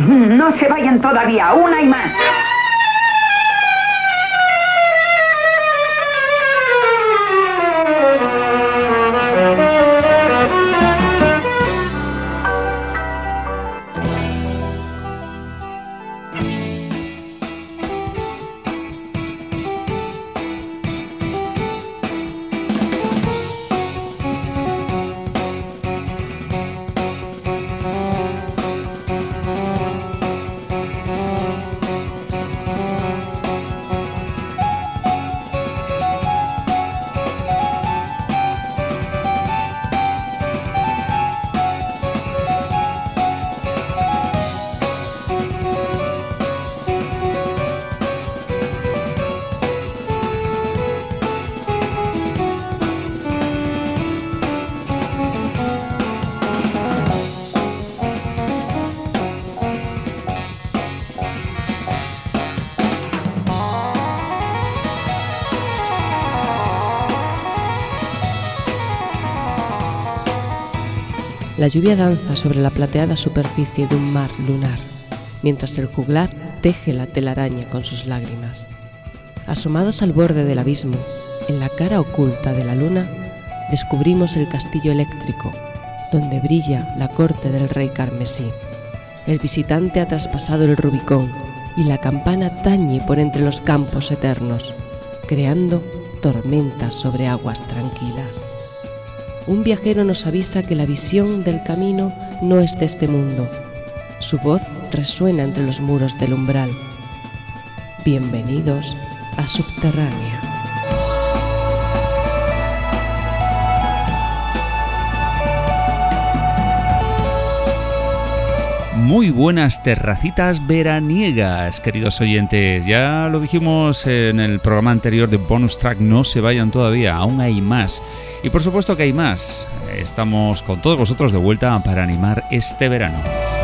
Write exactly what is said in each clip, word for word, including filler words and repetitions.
No se vayan todavía, una y más. La lluvia danza sobre la plateada superficie de un mar lunar, mientras el juglar teje la telaraña con sus lágrimas. Asomados al borde del abismo, en la cara oculta de la luna, descubrimos el castillo eléctrico, donde brilla la corte del rey carmesí. El visitante ha traspasado el Rubicón y la campana tañe por entre los campos eternos, creando tormentas sobre aguas tranquilas. Un viajero nos avisa que la visión del camino no es de este mundo. Su voz resuena entre los muros del umbral. Bienvenidos a Subterránea. Muy buenas terracitas veraniegas, queridos oyentes. Ya lo dijimos en el programa anterior de Bonus Track, no se vayan todavía, aún hay más. Y por supuesto que hay más. Estamos con todos vosotros de vuelta para animar este verano.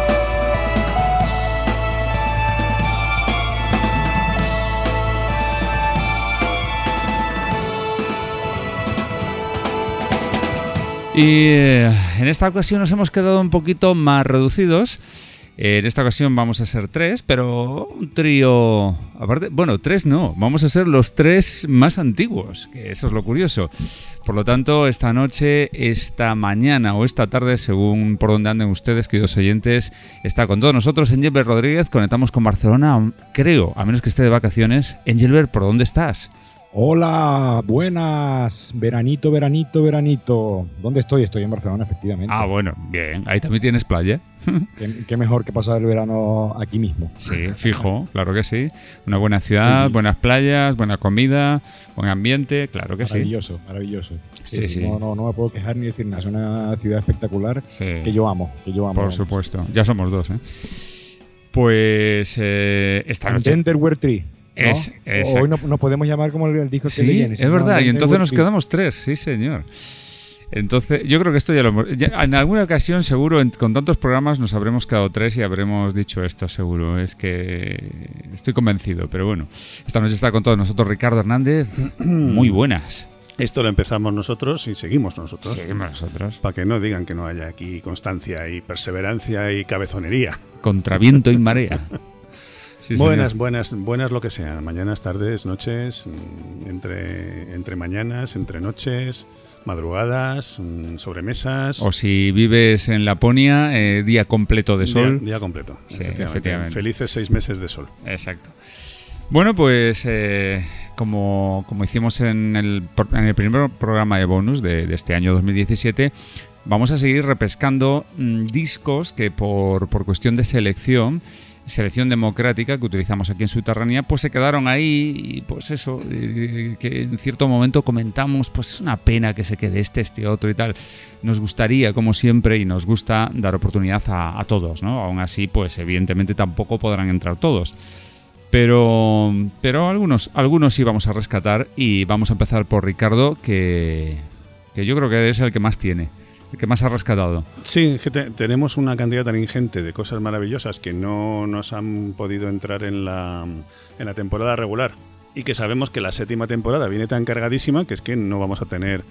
Y en esta ocasión nos hemos quedado un poquito más reducidos. En esta ocasión vamos a ser tres, pero un trío... aparte, bueno, tres no, vamos a ser los tres más antiguos, que eso es lo curioso. Por lo tanto, esta noche, esta mañana o esta tarde, según por donde anden ustedes, queridos oyentes, está con todos nosotros Engelbert Rodríguez. Conectamos con Barcelona, creo, a menos que esté de vacaciones. Engelbert, ¿por dónde estás? Hola, buenas, veranito, veranito, veranito. ¿Dónde estoy? Estoy en Barcelona, efectivamente. Ah, bueno, bien, ahí también tienes playa. ¿Qué, qué mejor que pasar el verano aquí mismo? Sí, fijo, claro que sí. Una buena ciudad, sí. Buenas playas, buena comida, buen ambiente, claro que maravilloso, sí. Maravilloso, maravilloso. Sí, sí, sí. No, no, no me puedo quejar ni decir nada. Es una ciudad espectacular, sí, que yo amo, que yo amo. Por supuesto, ya somos dos, ¿eh? Pues eh, esta noche... Enterware Tree. ¿No? Es, Hoy no, nos podemos llamar como el disco sí, que leyen. Es verdad, y entonces nos quedamos tres, sí señor. Entonces, yo creo que esto ya lo hemos... Ya, en alguna ocasión, seguro, en, con tantos programas nos habremos quedado tres y habremos dicho esto, seguro. Es que estoy convencido, pero bueno. Esta noche está con todos nosotros Ricardo Hernández. Muy buenas. Esto lo empezamos nosotros y seguimos nosotros. Seguimos nosotros. Para que no digan que no haya aquí constancia y perseverancia y cabezonería. Contra viento y marea. Sí, buenas, señor. buenas, buenas lo que sea. Mañanas, tardes, noches, entre, entre mañanas, entre noches, madrugadas, sobremesas. O si vives en Laponia, eh, día completo de sol. Día, día completo, sí, efectivamente. efectivamente. Felices seis meses de sol. Exacto. Bueno, pues eh, como, como hicimos en el, en el primer programa de bonus de, de este año dos mil diecisiete, vamos a seguir repescando mmm, discos que por, por cuestión de selección... selección democrática que utilizamos aquí en Subterránea, pues se quedaron ahí y pues eso, eh, que en cierto momento comentamos, pues es una pena que se quede este, este otro y tal. Nos gustaría, como siempre, y nos gusta dar oportunidad a, a todos, ¿no? Aún así, pues evidentemente tampoco podrán entrar todos. Pero, pero algunos, algunos sí vamos a rescatar y vamos a empezar por Ricardo, que, que yo creo que es el que más tiene. El que más ha rescatado. Sí, que te, tenemos una cantidad tan ingente de cosas maravillosas que no nos han podido entrar en la, en la temporada regular y que sabemos que la séptima temporada viene tan cargadísima que es que no vamos a tener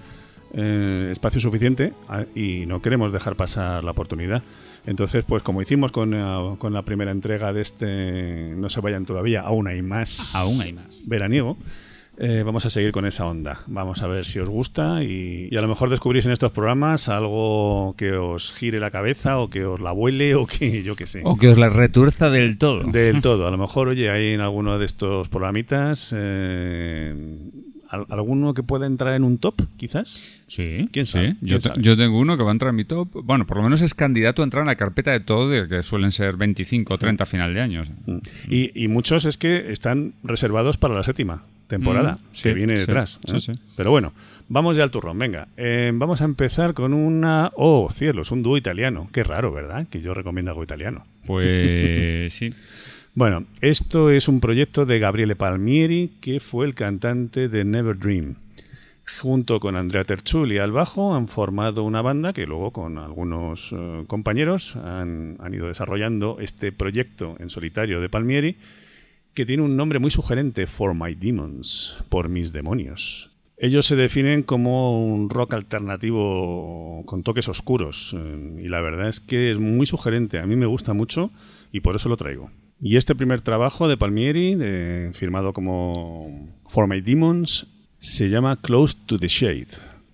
eh, espacio suficiente y no queremos dejar pasar la oportunidad. Entonces, pues como hicimos con, uh, con la primera entrega de este No se vayan todavía, aún hay más. Aún hay más. Veraniego. Eh, vamos a seguir con esa onda. Vamos a ver si os gusta y, y a lo mejor descubrís en estos programas algo que os gire la cabeza o que os la vuele o que yo qué sé. O que os la returza del todo. Del todo. A lo mejor, oye, hay en alguno de estos programitas eh, alguno que pueda entrar en un top, quizás. Sí, ¿Quién sabe? sí. ¿Quién Yo, sabe? yo tengo uno que va a entrar en mi top. Bueno, por lo menos es candidato a entrar en la carpeta de todo, de que suelen ser veinticinco o treinta a final de año. Y, y muchos es que están reservados para la séptima temporada, Mm, sí, que viene sí, detrás. sí, ¿eh? sí. Pero bueno, vamos ya al turrón. Venga, eh, vamos a empezar con una... Oh, cielos, un dúo italiano. Qué raro, ¿verdad? Que yo recomiendo algo italiano. Pues sí. Bueno, esto es un proyecto de Gabriele Palmieri, que fue el cantante de Never Dream. Junto con Andrea Terciuli al bajo han formado una banda que luego con algunos uh, compañeros han, han ido desarrollando este proyecto en solitario de Palmieri, que tiene un nombre muy sugerente, For My Demons, por mis demonios. Ellos se definen como un rock alternativo con toques oscuros eh, y la verdad es que es muy sugerente, a mí me gusta mucho y por eso lo traigo. Y este primer trabajo de Palmieri, de, firmado como For My Demons, se llama Close to the Shade.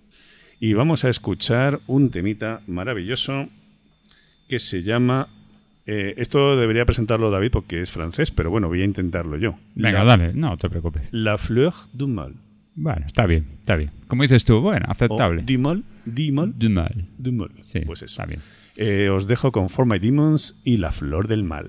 Y vamos a escuchar un temita maravilloso que se llama... Eh, esto debería presentarlo David porque es francés, pero bueno, voy a intentarlo yo. Venga, La, dale, no te preocupes. La fleur du mal. Bueno, está bien, está bien. Como dices tú, bueno, aceptable. O du mal, du mal, Du mal. du mal. Sí, Pues eso. está bien. Eh, os dejo con For My Demons y La flor del mal.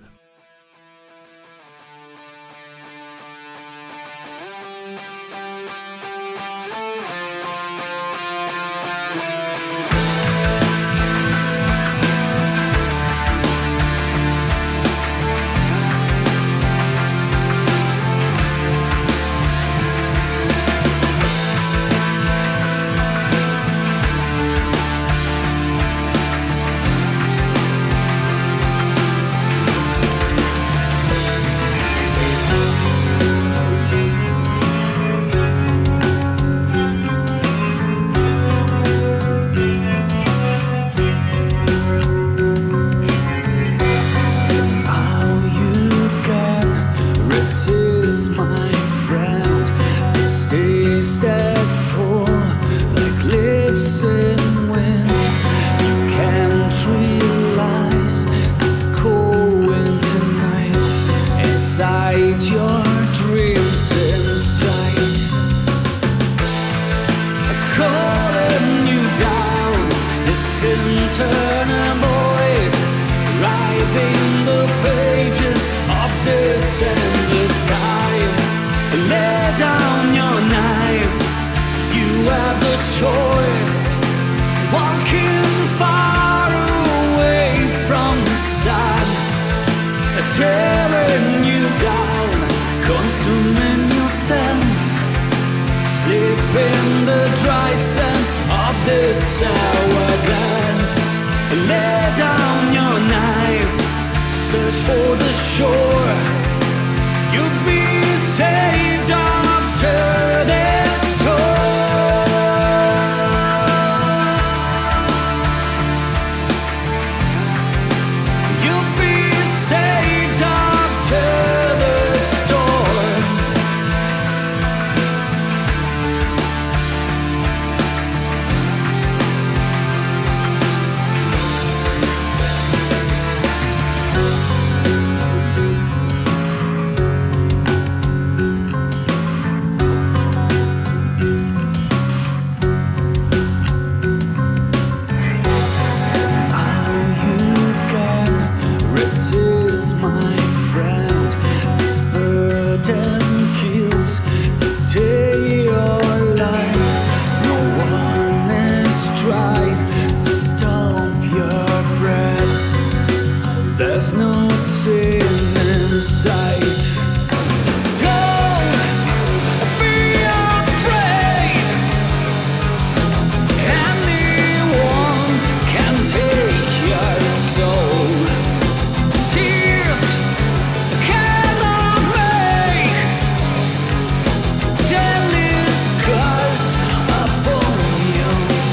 Young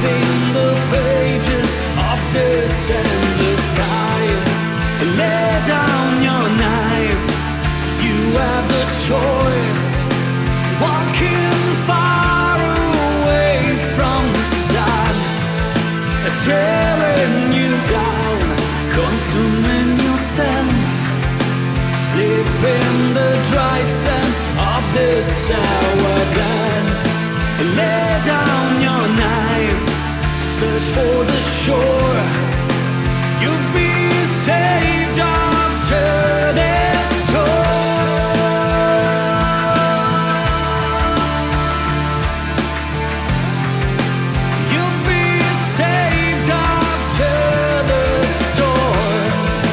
flipping the pages of this endless time. Lay down your knife, you have the choice. Walking far away from the sun, tearing you down, consuming yourself. Sleep in the dry sands of this hourglass. Lay down your knife, search for the shore. You'll be saved after this storm. You'll be saved after the storm.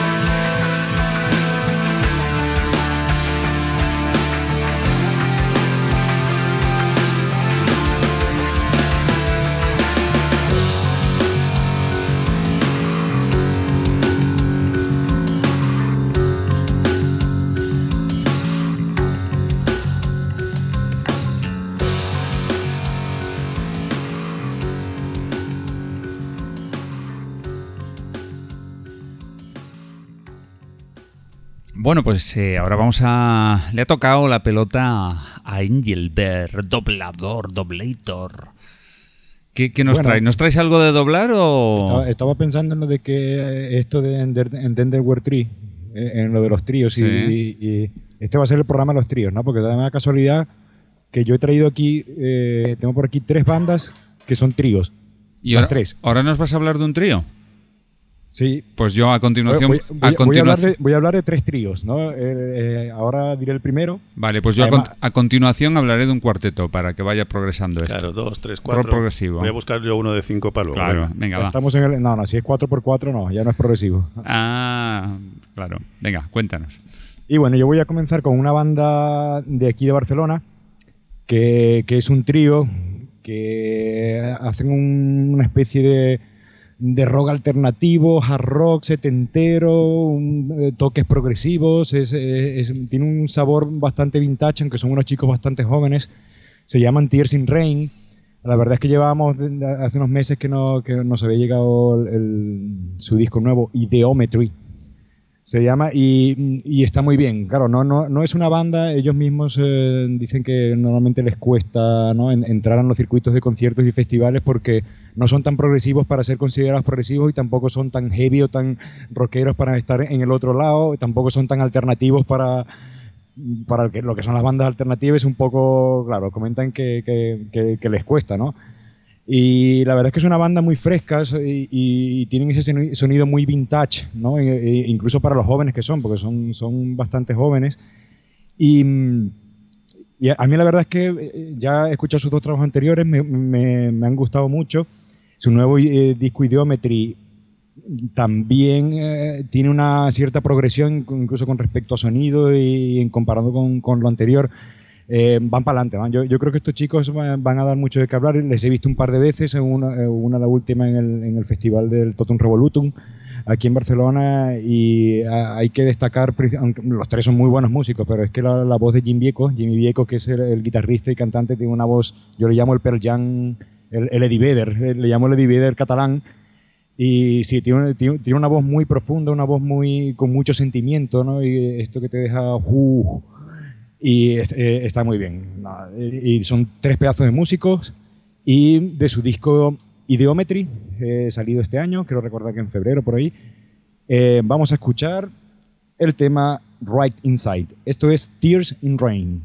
Bueno, pues eh, ahora vamos a... Le ha tocado la pelota a Engelbert, doblador, doblator. ¿Qué, qué nos Bueno, trae? ¿Nos traes algo de doblar o...? Estaba, estaba pensando en lo de que esto de Enderware Tree, en lo de los tríos, Sí. y, y este va a ser el programa de los tríos, ¿no? Porque da una casualidad que yo he traído aquí, eh, tengo por aquí tres bandas que son tríos. ¿Y las ahora, tres. ahora nos vas a hablar de un trío? Sí. Pues yo a continuación... Voy, voy- a voy a continua- hablar de, voy a hablar de tres tríos, ¿no? Eh, eh, ahora diré el primero. Vale, pues yo a, Además- con- a continuación hablaré de un cuarteto para que vaya progresando esto. Claro, dos, tres, Pro- cuatro. progresivo. Voy a buscar yo uno de cinco para luego. Claro, venga. venga, va. Estamos en el, no, no, si es cuatro por cuatro no, ya no es progresivo. Ah, claro. Venga, cuéntanos. Y bueno, yo voy a comenzar con una banda de aquí de Barcelona, que, que es un trío que hacen un- una especie de, de rock alternativo, hard rock setentero, un- eh, toques progresivos, es- es- es- tiene un sabor bastante vintage, aunque son unos chicos bastante jóvenes. Se llaman Tears in Rain. La verdad es que llevábamos de- de- hace unos meses que, no, que nos había llegado el- el- su disco nuevo, Ideometry. Se llama y, y está muy bien. Claro, no, no, no es una banda, ellos mismos eh, dicen que normalmente les cuesta, ¿no?, en- entrar en los circuitos de conciertos y festivales porque no son tan progresivos para ser considerados progresivos y tampoco son tan heavy o tan rockeros para estar en el otro lado, y tampoco son tan alternativos para, para el que- lo que son las bandas alternativas. Un poco, claro, comentan que, que- que- que les cuesta, ¿no? Y la verdad es que es una banda muy fresca y, y tienen ese soni- sonido muy vintage, ¿no? E- e- incluso para los jóvenes que son, porque son, son bastante jóvenes. Y, mm, y a a mí la verdad es que eh, ya he escuchado sus dos trabajos anteriores, me, me- me han gustado mucho. Su nuevo eh, disco Ideometry también eh, tiene una cierta progresión, incluso con respecto a sonido y, en comparado con, con lo anterior. Eh, van para adelante, van. Yo, yo creo que estos chicos van, van a dar mucho de qué hablar. Les he visto un par de veces, en una, eh, una la última en el, en el festival del Totum Revolutum aquí en Barcelona, y a, hay que destacar, aunque los tres son muy buenos músicos, pero es que la, la voz de Jim Vieco, Jimmy Vieco, que es el, el guitarrista y cantante, tiene una voz, yo le llamo el Pearl Jam, el, el Eddie Vedder, le llamo el Eddie Vedder catalán. Y sí, tiene, tiene, tiene una voz muy profunda, una voz muy con mucho sentimiento, ¿no? Y esto que te deja... Uh, y es- eh, está muy bien. No, y y son tres pedazos de músicos. Y de su disco Ideometry, eh, salido este año, creo recordar que en febrero por ahí, eh, vamos a escuchar el tema Right Inside. Esto es Tears in Rain.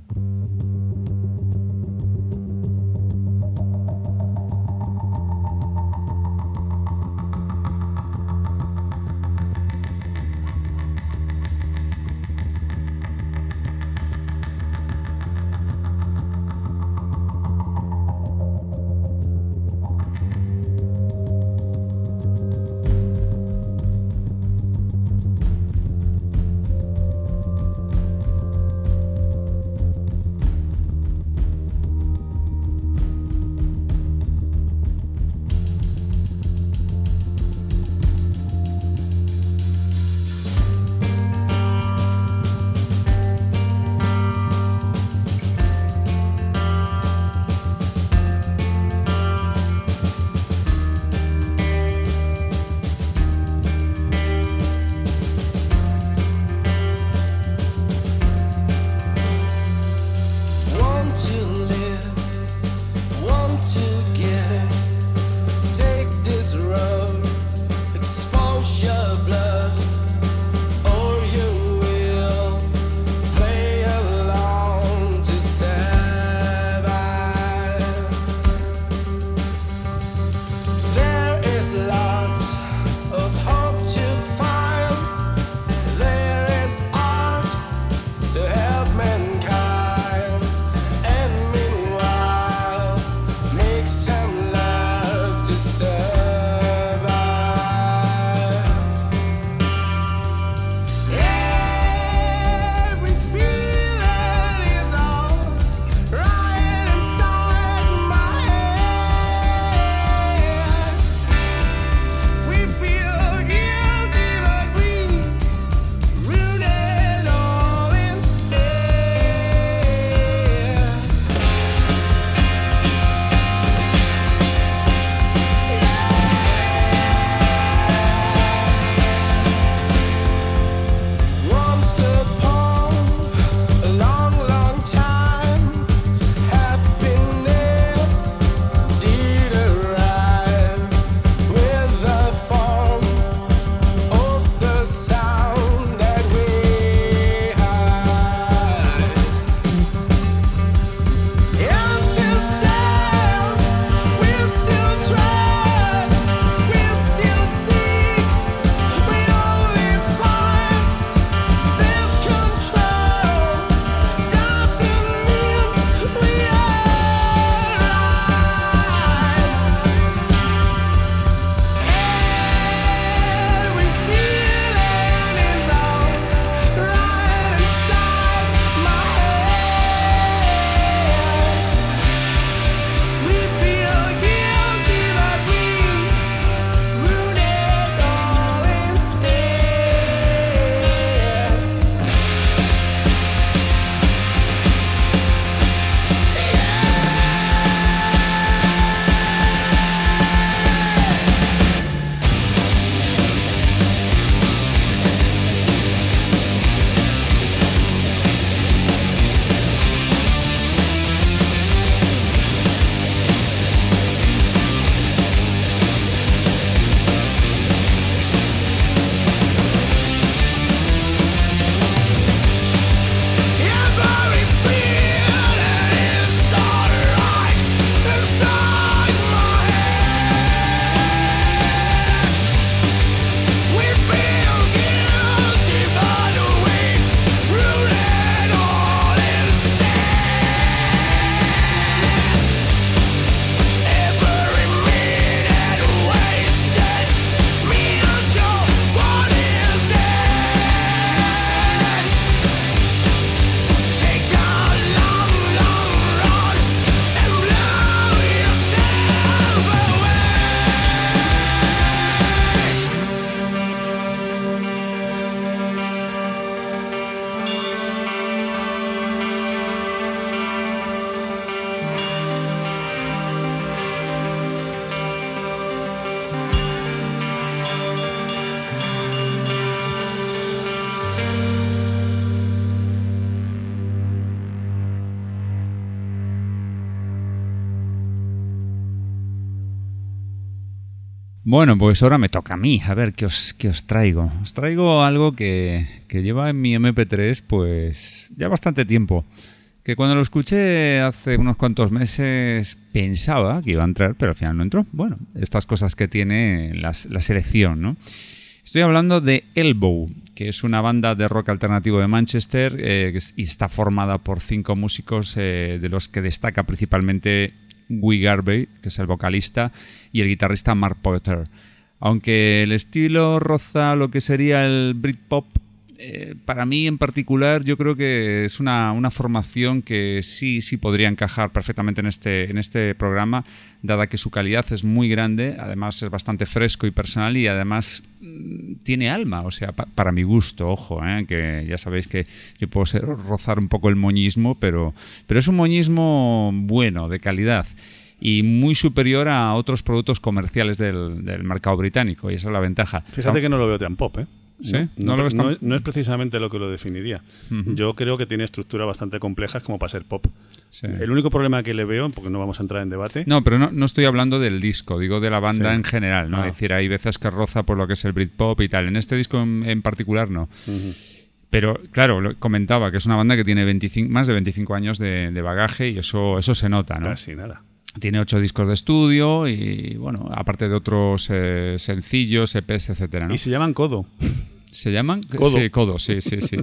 Bueno, pues ahora me toca a mí. A ver, ¿qué os, qué os traigo? Os traigo algo que, que lleva en mi eme pe tres pues ya bastante tiempo. Que cuando lo escuché hace unos cuantos meses pensaba que iba a entrar, pero al final no entró. Bueno, estas cosas que tiene las, la selección, ¿no? Estoy hablando de Elbow, que es una banda de rock alternativo de Manchester eh, que es, y está formada por cinco músicos eh, de los que destaca principalmente Guy Garvey, que es el vocalista, y el guitarrista Mark Potter. Aunque el estilo roza lo que sería el Britpop, eh, para mí en particular yo creo que es una, una formación que sí, sí podría encajar perfectamente en este, en este programa, dada que su calidad es muy grande, además es bastante fresco y personal y además mmm, tiene alma, o sea, pa para mi gusto, ojo, eh, que ya sabéis que yo puedo ser, rozar un poco el moñismo, pero, pero es un moñismo bueno, de calidad y muy superior a otros productos comerciales del, del mercado británico, y esa es la ventaja. Fíjate que no lo veo tan pop, ¿eh? ¿Sí? No, ¿No, no, lo ves tan... no, es, no es precisamente lo que lo definiría. Uh-huh. Yo creo que tiene estructuras bastante complejas como para ser pop. Sí. El único problema que le veo, porque no vamos a entrar en debate... No, pero no, no estoy hablando del disco, digo de la banda sí. en general, ¿no? Ah. Es decir, hay veces que roza por lo que es el Britpop y tal. En este disco en, en particular no. Uh-huh. Pero, claro, lo comentaba que es una banda que tiene veinticinco, más de veinticinco años de, de bagaje y eso, eso se nota, ¿no? Casi nada. Tiene ocho discos de estudio y, bueno, aparte de otros eh, sencillos, E Pes, etcétera, ¿no? Y se llaman Codo. ¿Se llaman? Codo. Sí, Codo, sí, sí, sí.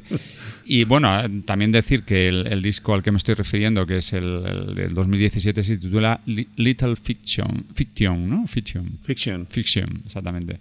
Y bueno, también decir que el, el disco al que me estoy refiriendo, que es el, el del dos mil diecisiete, se titula Little Fiction, Fiction, ¿no? Fiction. Fiction. Fiction, exactamente.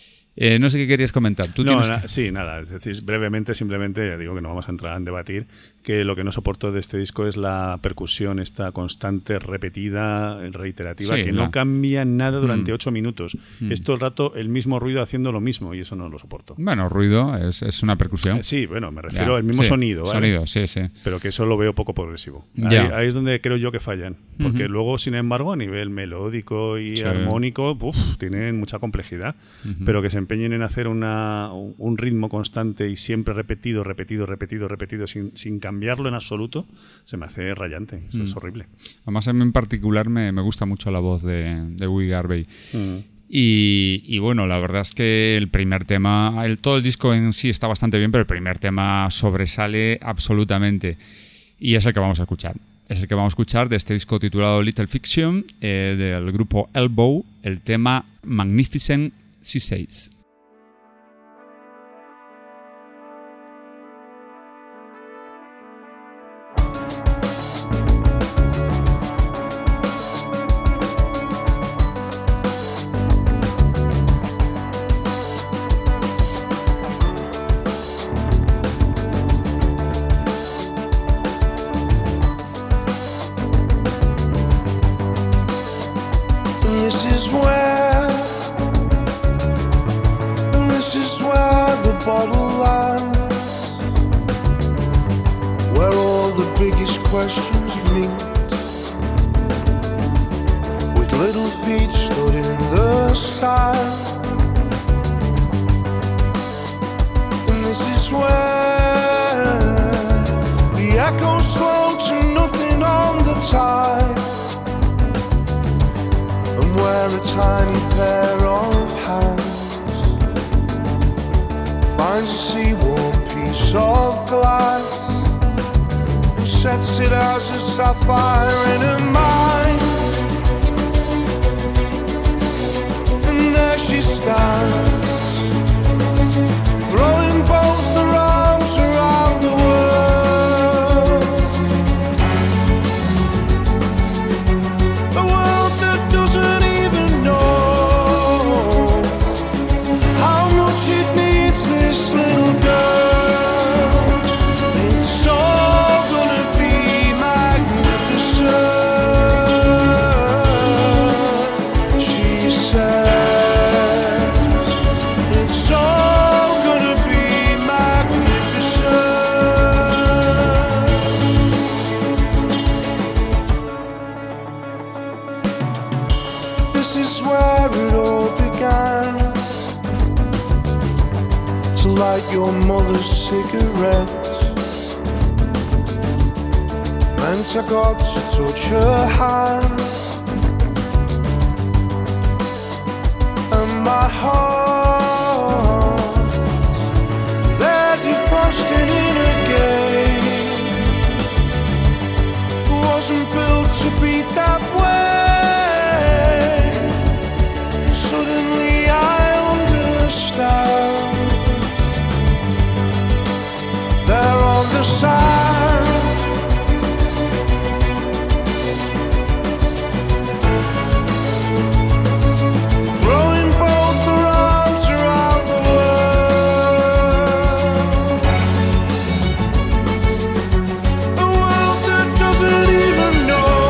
Eh, no sé qué querías comentar. ¿Tú no, tienes na que... sí, nada. Es decir, brevemente, simplemente, ya digo que no vamos a entrar en debatir, que lo que no soporto de este disco es la percusión esta constante, repetida, reiterativa, sí, que no. no cambia nada durante mm. ocho minutos. Mm. Es todo el rato el mismo ruido haciendo lo mismo y eso no lo soporto. Bueno, ruido es, es una percusión. Eh, sí, bueno, me refiero ya. al mismo sí, sonido. ¿vale? Sonido, sí, sí. Pero que eso lo veo poco progresivo. Ahí, ahí es donde creo yo que fallan. Porque uh-huh. luego, sin embargo, a nivel melódico y sí. armónico, uf, tienen mucha complejidad. Uh-huh. Pero que se empeñen en hacer una un ritmo constante y siempre repetido, repetido, repetido, repetido, sin, sin cambiarlo en absoluto, se me hace rayante. Eso mm. es horrible. Además, a mí en particular me, me gusta mucho la voz de, de Guy Garvey. Mm. Y, y bueno, la verdad es que el primer tema, el, todo el disco en sí está bastante bien, pero el primer tema sobresale absolutamente. Y es el que vamos a escuchar. Es el que vamos a escuchar de este disco titulado Little Fiction, eh, del grupo Elbow, el tema Magnificent C seis. Questions meet with little feet stood in the sand, and this is where the echoes slow to nothing on the tide, and where a tiny pair of hands finds a sea-warm piece of glass, sets it as a sapphire in her mind, and there she stands, throwing both her arms around the world, a world that doesn't even know how much it needs this little girl. It's all gonna be magnificent, she says. It's all gonna be magnificent. This is where it all began, to light your mother's cigarette. Meant I got to touch her hand, and heart that defrosted in again wasn't built to beat that way. Suddenly I understand. They're on the side. Throwing both their arms around the world. A world that doesn't even know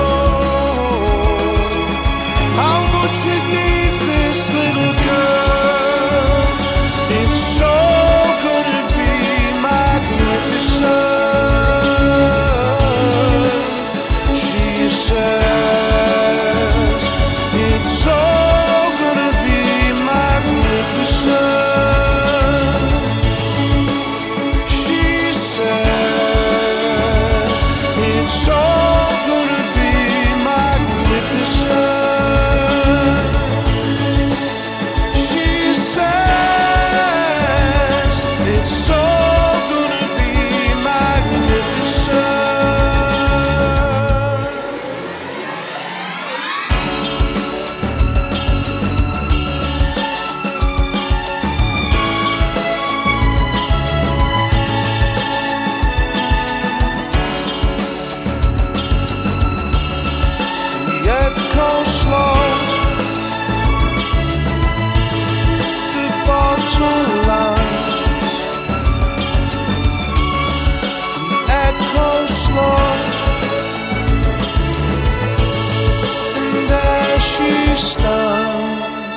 how much it needs this little girl. It's so gonna be magnificent, she says. It's so gonna be magnificent, she says. It's so gonna be magnificent, she says. It's so gonna be magnificent. The echo slow, the bottle lines. The echo slow, and there she stands.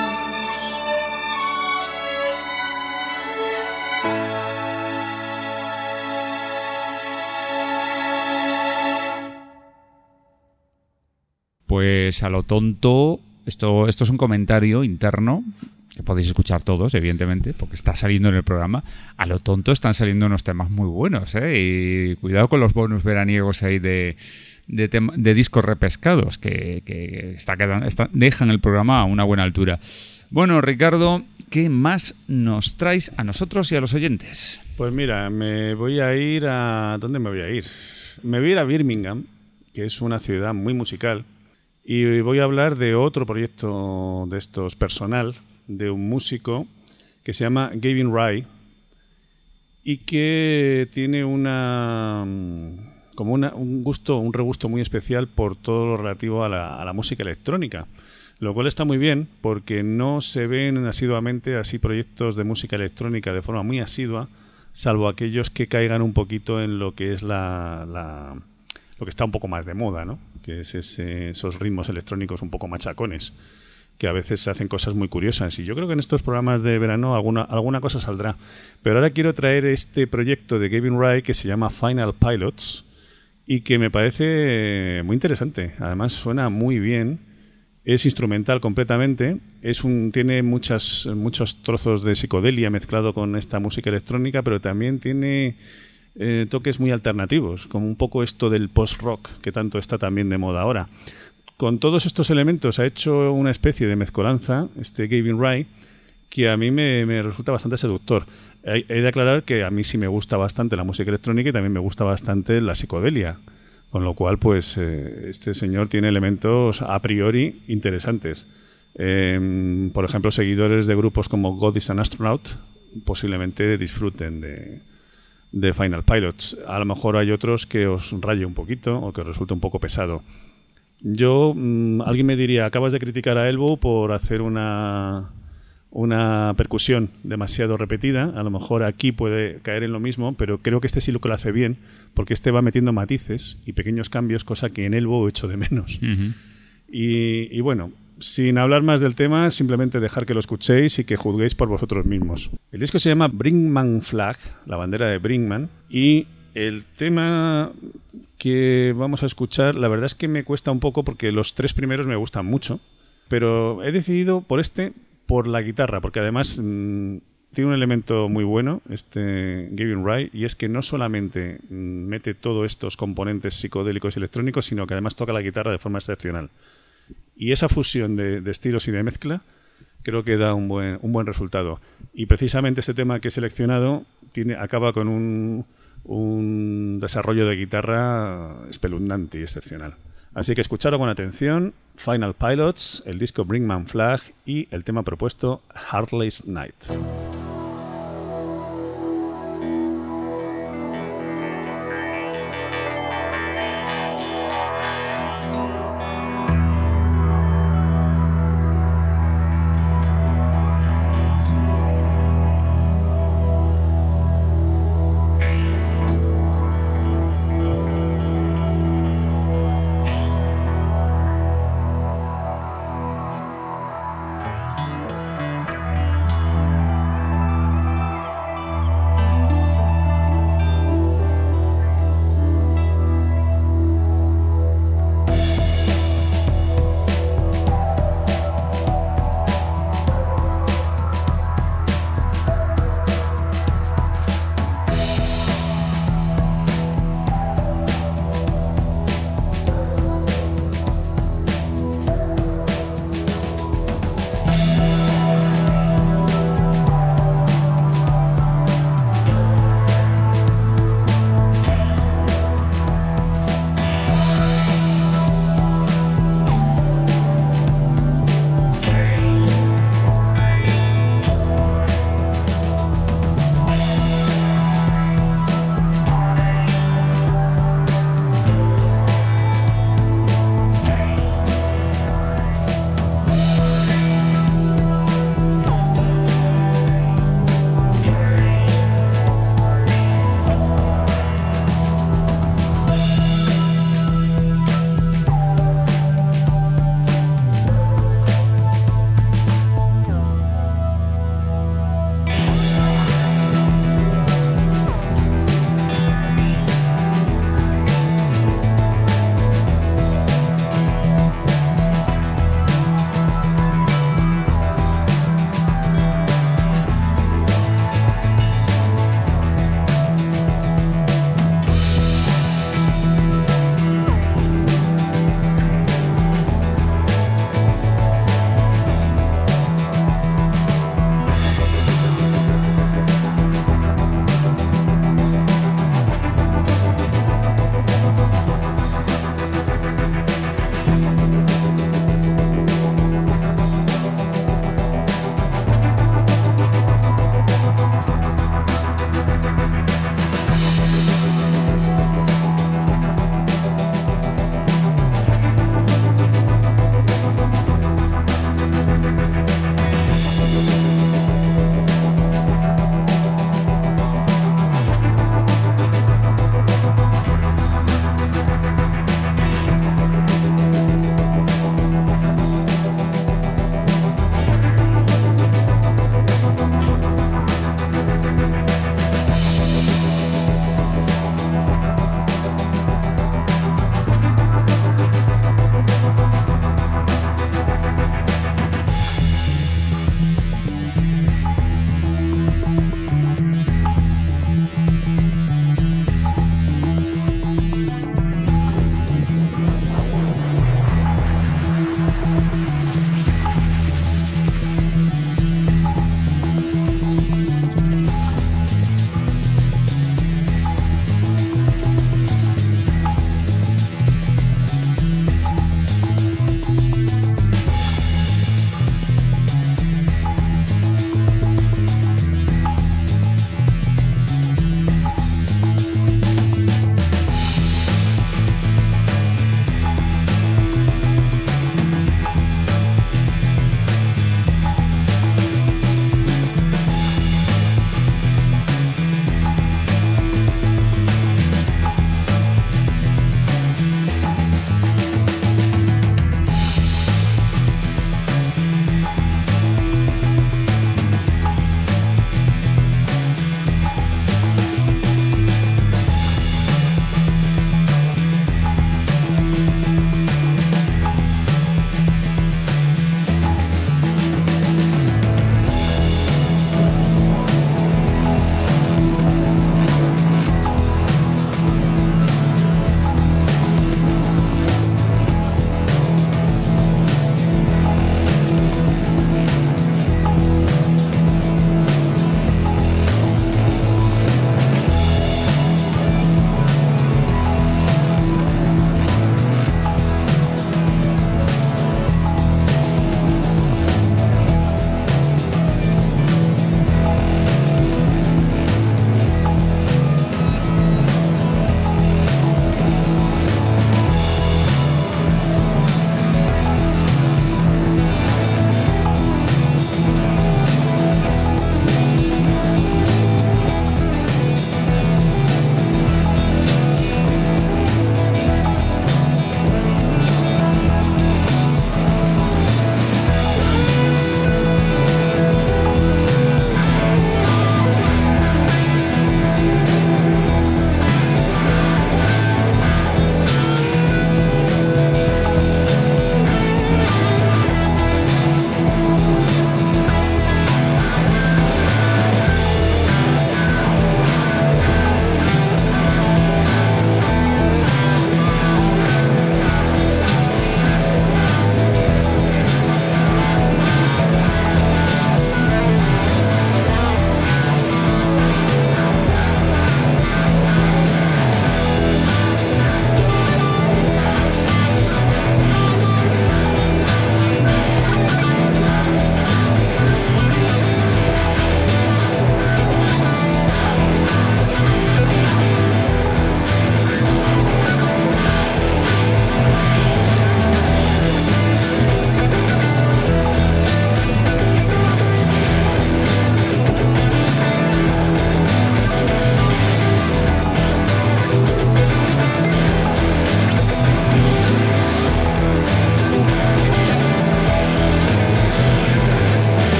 Pues a lo tonto, esto, esto es un comentario interno que podéis escuchar todos, evidentemente, porque está saliendo en el programa. A lo tonto están saliendo unos temas muy buenos, ¿eh? Y cuidado con los bonus veraniegos ahí de, de, tema, de discos repescados, que, que está quedando, está, dejan el programa a una buena altura. Bueno, Ricardo, ¿qué más nos traes a nosotros y a los oyentes? Pues mira, me voy a ir a... ¿Dónde me voy a ir? Me voy a ir a Birmingham, que es una ciudad muy musical, y voy a hablar de otro proyecto de estos personal, de un músico que se llama Gavin Rye y que tiene una como una, un gusto, un regusto muy especial por todo lo relativo a la, a la música electrónica, lo cual está muy bien porque no se ven asiduamente así proyectos de música electrónica de forma muy asidua, salvo aquellos que caigan un poquito en lo que es la, la lo que está un poco más de moda, ¿no? Que es ese, esos ritmos electrónicos un poco machacones, que a veces hacen cosas muy curiosas. Y yo creo que en estos programas de verano alguna, alguna cosa saldrá. Pero ahora quiero traer este proyecto de Gavin Rye que se llama Final Pilots y que me parece muy interesante. Además suena muy bien. Es instrumental completamente. Es un, tiene muchas, muchos trozos de psicodelia mezclado con esta música electrónica, pero también tiene... Eh, toques muy alternativos, como un poco esto del post-rock que tanto está también de moda ahora. Con todos estos elementos ha hecho una especie de mezcolanza, este Gavin Rye, que a mí me, me resulta bastante seductor. He, he de aclarar que a mí sí me gusta bastante la música electrónica y también me gusta bastante la psicodelia, con lo cual pues eh, este señor tiene elementos a priori interesantes. Eh, por ejemplo, seguidores de grupos como God is an Astronaut posiblemente disfruten de... de Final Pilots. A lo mejor hay otros que os raye un poquito o que os resulte un poco pesado. Yo, mmm, alguien me diría, acabas de criticar a Elbow por hacer una, una percusión demasiado repetida. A lo mejor aquí puede caer en lo mismo, pero creo que este sí lo que lo hace bien, porque este va metiendo matices y pequeños cambios, cosa que en Elbow echo de menos. Uh-huh. Y, y bueno, sin hablar más del tema, simplemente dejar que lo escuchéis y que juzguéis por vosotros mismos. El disco se llama Brinkman Flag, la bandera de Brinkman, y el tema que vamos a escuchar, la verdad es que me cuesta un poco porque los tres primeros me gustan mucho, pero he decidido por este, por la guitarra, porque además mmm, tiene un elemento muy bueno, este Gavin Rye, y es que no solamente mmm, mete todos estos componentes psicodélicos y electrónicos, sino que además toca la guitarra de forma excepcional. Y esa fusión de, de estilos y de mezcla creo que da un buen, un buen resultado. Y precisamente este tema que he seleccionado tiene, acaba con un, un desarrollo de guitarra espeluznante y excepcional. Así que escuchadlo con atención: Final Pilots, el disco Brinkman Flag y el tema propuesto Heartless Night. Thank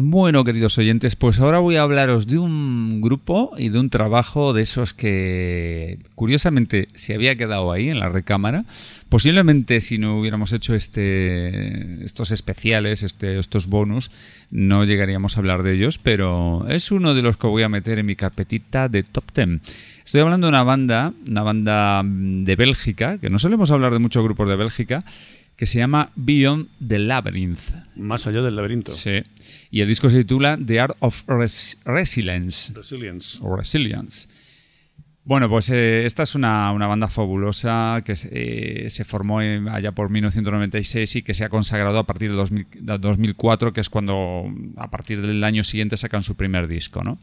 Bueno, queridos oyentes, pues ahora voy a hablaros de un grupo y de un trabajo de esos que, curiosamente, se había quedado ahí en la recámara. Posiblemente si no hubiéramos hecho este, estos especiales, este, estos bonus, no llegaríamos a hablar de ellos, pero es uno de los que voy a meter en mi carpetita de Top Ten. Estoy hablando de una banda, una banda de Bélgica, que no solemos hablar de muchos grupos de Bélgica, que se llama Beyond the Labyrinth. Más allá del laberinto. Sí. Y el disco se titula The Art of Res- Resilience. Resilience. O Resilience. Bueno, pues eh, esta es una, una banda fabulosa que eh, se formó en, allá por mil novecientos noventa y seis y que se ha consagrado a partir de dos mil, de dos mil cuatro, que es cuando a partir del año siguiente sacan su primer disco, ¿no?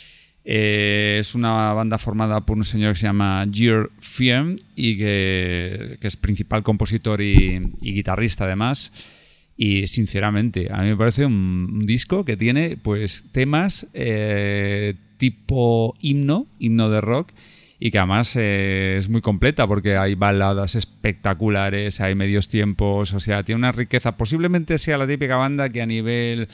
Eh, es una banda formada por un señor que se llama Geert Fiem y que, que es principal compositor y, y guitarrista además. Y sinceramente, a mí me parece un, un disco que tiene pues temas eh, tipo himno, himno de rock, y que además eh, es muy completa porque hay baladas espectaculares, hay medios tiempos, o sea, tiene una riqueza. Posiblemente sea la típica banda que a nivel,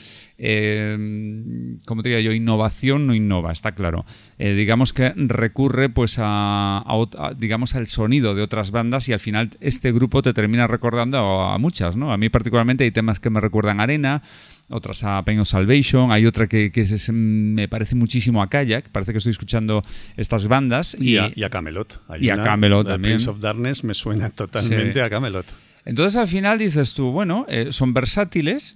eh, ¿cómo te diría yo? Innovación no innova, está claro. Eh, digamos que recurre pues a, a, a, digamos, al sonido de otras bandas y al final este grupo te termina recordando a, a muchas, ¿no? A mí particularmente hay temas que me recuerdan a Arena, otras a Pain of Salvation, hay otra que, que es, me parece muchísimo a Kayak, parece que estoy escuchando estas bandas. Y, y, a, y a Camelot. Hay y una, a Camelot también. Prince of Darkness me suena totalmente sí. a Camelot. Entonces al final dices tú, bueno, eh, son versátiles,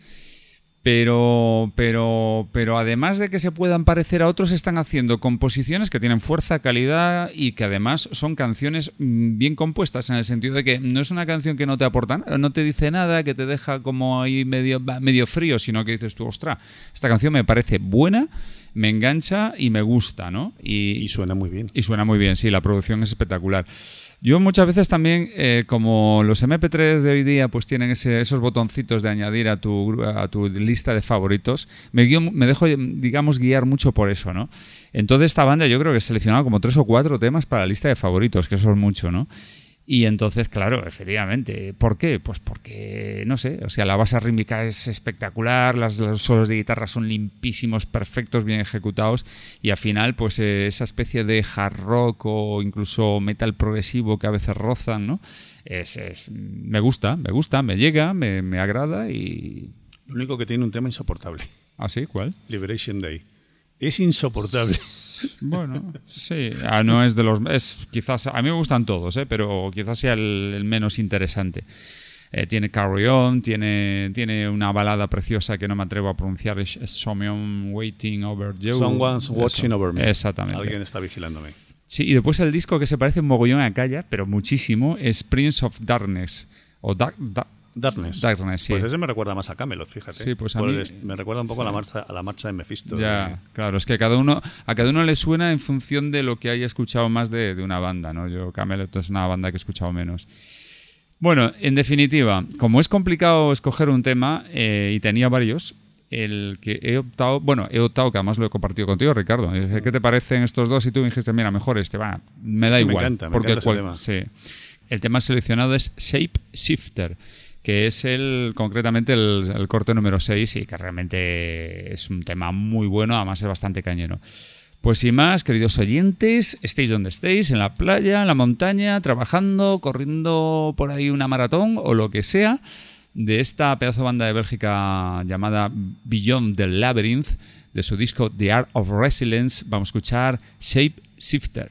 pero, pero, pero además de que se puedan parecer a otros, están haciendo composiciones que tienen fuerza, calidad y que además son canciones bien compuestas, en el sentido de que no es una canción que no te aporta nada, no te dice nada, que te deja como ahí medio, medio frío, sino que dices tú, ostras, esta canción me parece buena, me engancha y me gusta, ¿no? Y, y suena muy bien. Y suena muy bien, sí, la producción es espectacular. Yo muchas veces también, eh, como los eme pe tres de hoy día pues tienen ese, esos botoncitos de añadir a tu, a tu lista de favoritos, me, guío, me dejo, digamos, guiar mucho por eso, ¿no? Entonces esta banda yo creo que he seleccionado como tres o cuatro temas para la lista de favoritos, que eso es mucho, ¿no? Y entonces, claro, efectivamente, ¿por qué? Pues porque, no sé, o sea, la base rítmica es espectacular, las, los solos de guitarra son limpísimos, perfectos, bien ejecutados, y al final, pues eh, esa especie de hard rock o incluso metal progresivo que a veces rozan, ¿no? Es, es, me gusta, me gusta, me llega, me, me agrada y... Lo único que tiene un tema insoportable. ¿Ah, sí? ¿Cuál? Liberation Day. Es insoportable. Bueno, sí, ah, no es de los... Es, quizás, a mí me gustan todos, ¿eh? Pero quizás sea el, el menos interesante. Eh, tiene Carry On, tiene, tiene una balada preciosa que no me atrevo a pronunciar, es Someone Waiting Over You. Someone's Watching Eso. Over Me. Exactamente. Alguien está vigilándome. Sí, y después el disco que se parece un mogollón a Kayak, pero muchísimo, es Prince of Darkness. O Dark... Dark Darkness. Darkness, sí. Pues ese me recuerda más a Camelot, fíjate. Sí, pues a Por mí, el, me recuerda un poco sí. a, la marcha, a la marcha de Mephisto. Ya, de... claro, es que a cada uno a cada uno le suena en función de lo que haya escuchado más de, de una banda, ¿no? Yo Camelot es una banda que he escuchado menos. Bueno, en definitiva, como es complicado escoger un tema eh, y tenía varios, el que he optado, bueno, he optado, que además lo he compartido contigo, Ricardo. Dije, ¿qué te parecen estos dos? Y tú me dijiste, mira, mejor este, va, me da me igual. encanta, me porque encanta cual, ese tema. Sí. El tema seleccionado es Shape Shifter, que es el concretamente el, el corte número seis y que realmente es un tema muy bueno, además es bastante cañero. Pues sin más, queridos oyentes, estéis donde estéis, en la playa, en la montaña, trabajando, corriendo por ahí una maratón o lo que sea, de esta pedazo de banda de Bélgica llamada Beyond the Labyrinth, de su disco The Art of Resilience, vamos a escuchar Shape Shifter.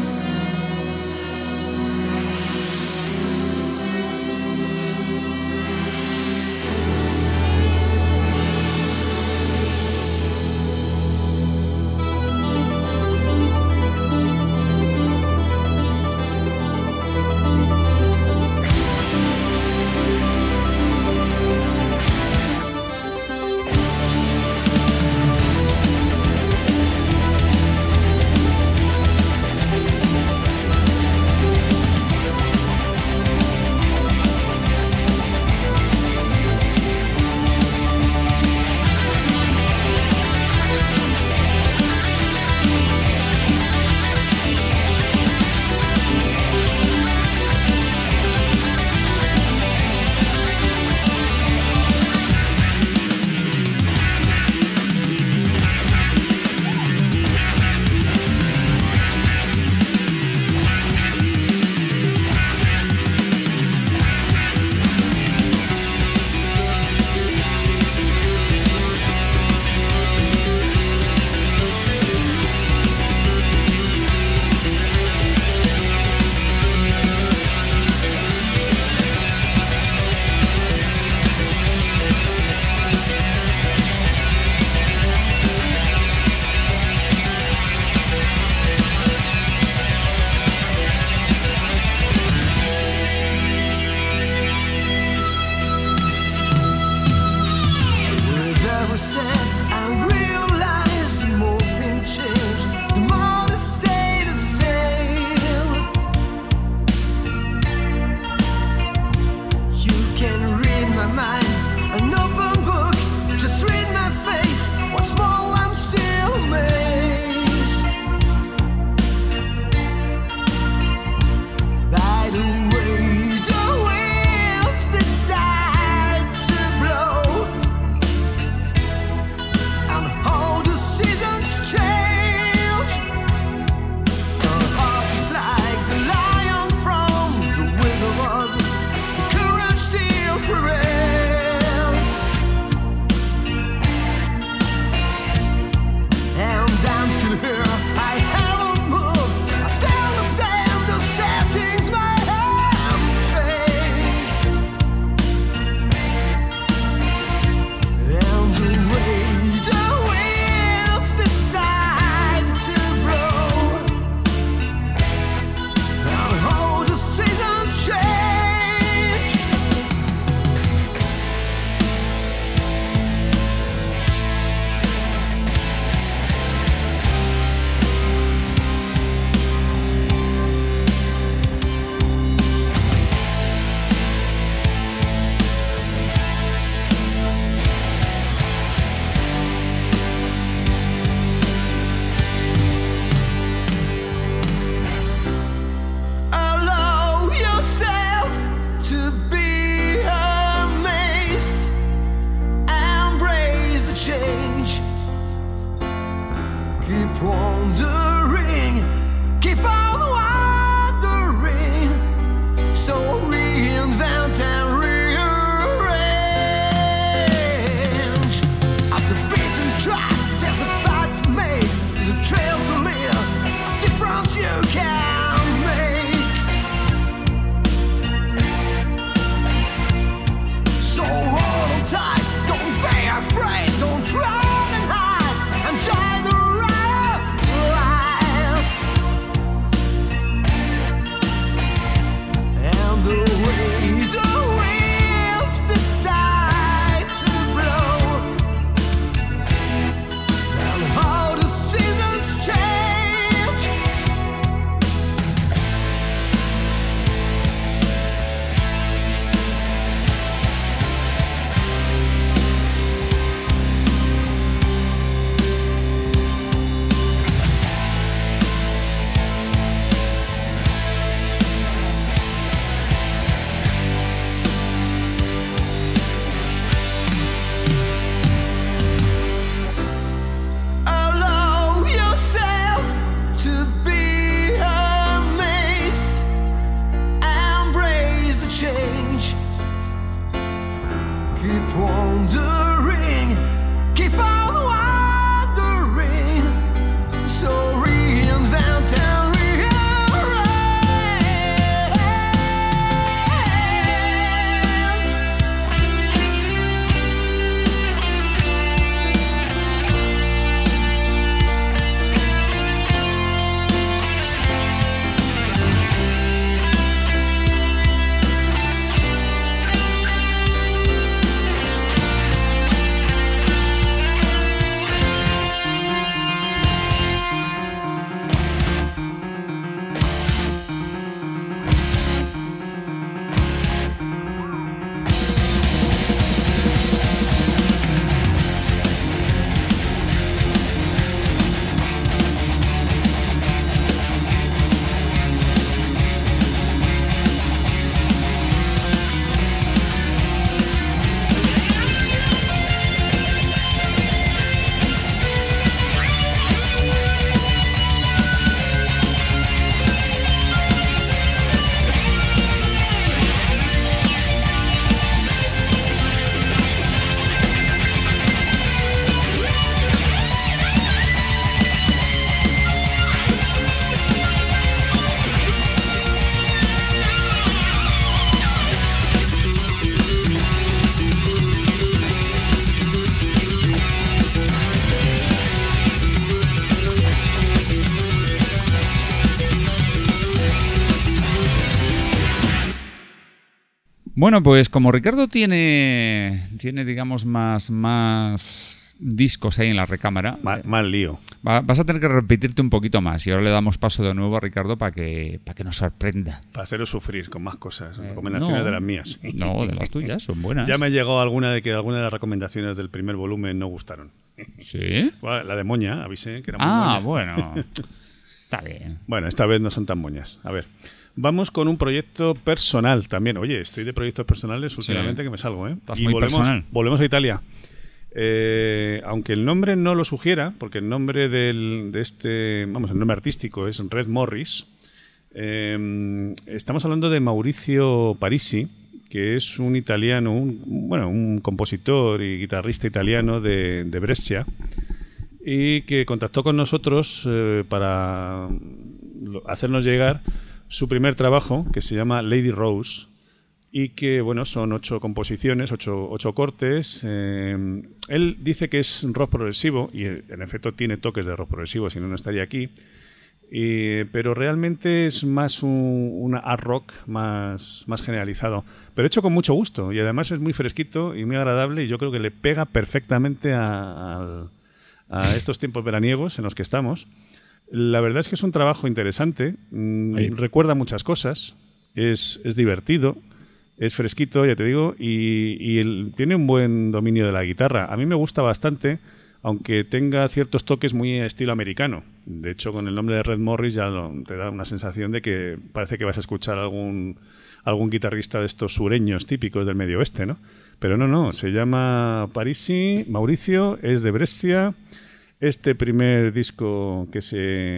Thank mind, an open book. Just read my face. What's more, I'm still amazed by the way the winds decide to blow, and how the seasons change. Our heart is like the lion from the Wizard of Oz. The courage still prevails, and I'm still here. I haven't moved. I still understand the settings may have changed, and the way the winds decide to blow, and how the seasons change. Allow yourself to be amazed. Embrace the change. Keep wandering. Keep on wandering. So reinvent and rearrange. Off the beaten track, there's a path to make. There's a trail to live. A difference you can make. So hold on tight, don't be afraid, don't run and hide. Enjoy the rough life, and the way the winds decide to blow, and how the seasons change. Allow yourself to be amazed. Embrace the change. Keep wandering. Keep on wandering. So reinvent and Bueno, pues como Ricardo tiene, tiene digamos, más, más discos ahí en la recámara. Mal, mal lío. Va, vas a tener que repetirte un poquito más y ahora le damos paso de nuevo a Ricardo para que, para que nos sorprenda. Para haceros sufrir con más cosas. Eh, Recomendaciones no. de las mías. No, de las tuyas, son buenas. Ya me llegó alguna de que alguna de las recomendaciones del primer volumen no gustaron. ¿Sí? Bueno, la de moña, avisé que era muy Ah, moña. bueno. Está bien. Bueno, esta vez no son tan moñas. A ver, vamos con un proyecto personal también. Oye, estoy de proyectos personales últimamente Sí. que me salgo, ¿eh? Estás Y muy volvemos, personal. volvemos a Italia. Eh, aunque el nombre no lo sugiera, porque el nombre del, de este, vamos, el nombre artístico es Red Morris. Eh, estamos hablando de Maurizio Parisi, que es un italiano, un, bueno, un compositor y guitarrista italiano de, de Brescia, y que contactó con nosotros eh, para hacernos llegar su primer trabajo, que se llama Lady Rose, y que, bueno, son ocho composiciones, ocho, ocho cortes. Eh, él dice que es rock progresivo, y en efecto tiene toques de rock progresivo, si no, no estaría aquí. Y, pero realmente es más un, una art rock más, más generalizado, pero hecho con mucho gusto, y además es muy fresquito y muy agradable, y yo creo que le pega perfectamente a, a, a estos tiempos veraniegos en los que estamos. La verdad es que es un trabajo interesante, mm, recuerda muchas cosas, es, es divertido, es fresquito, ya te digo, y, y el, tiene un buen dominio de la guitarra. A mí me gusta bastante, aunque tenga ciertos toques muy estilo americano. De hecho, con el nombre de Red Morris ya lo, te da una sensación de que parece que vas a escuchar algún, algún guitarrista de estos sureños típicos del medio oeste, ¿no? Pero no, no, se llama Parisi, Mauricio, es de Brescia. Este primer disco que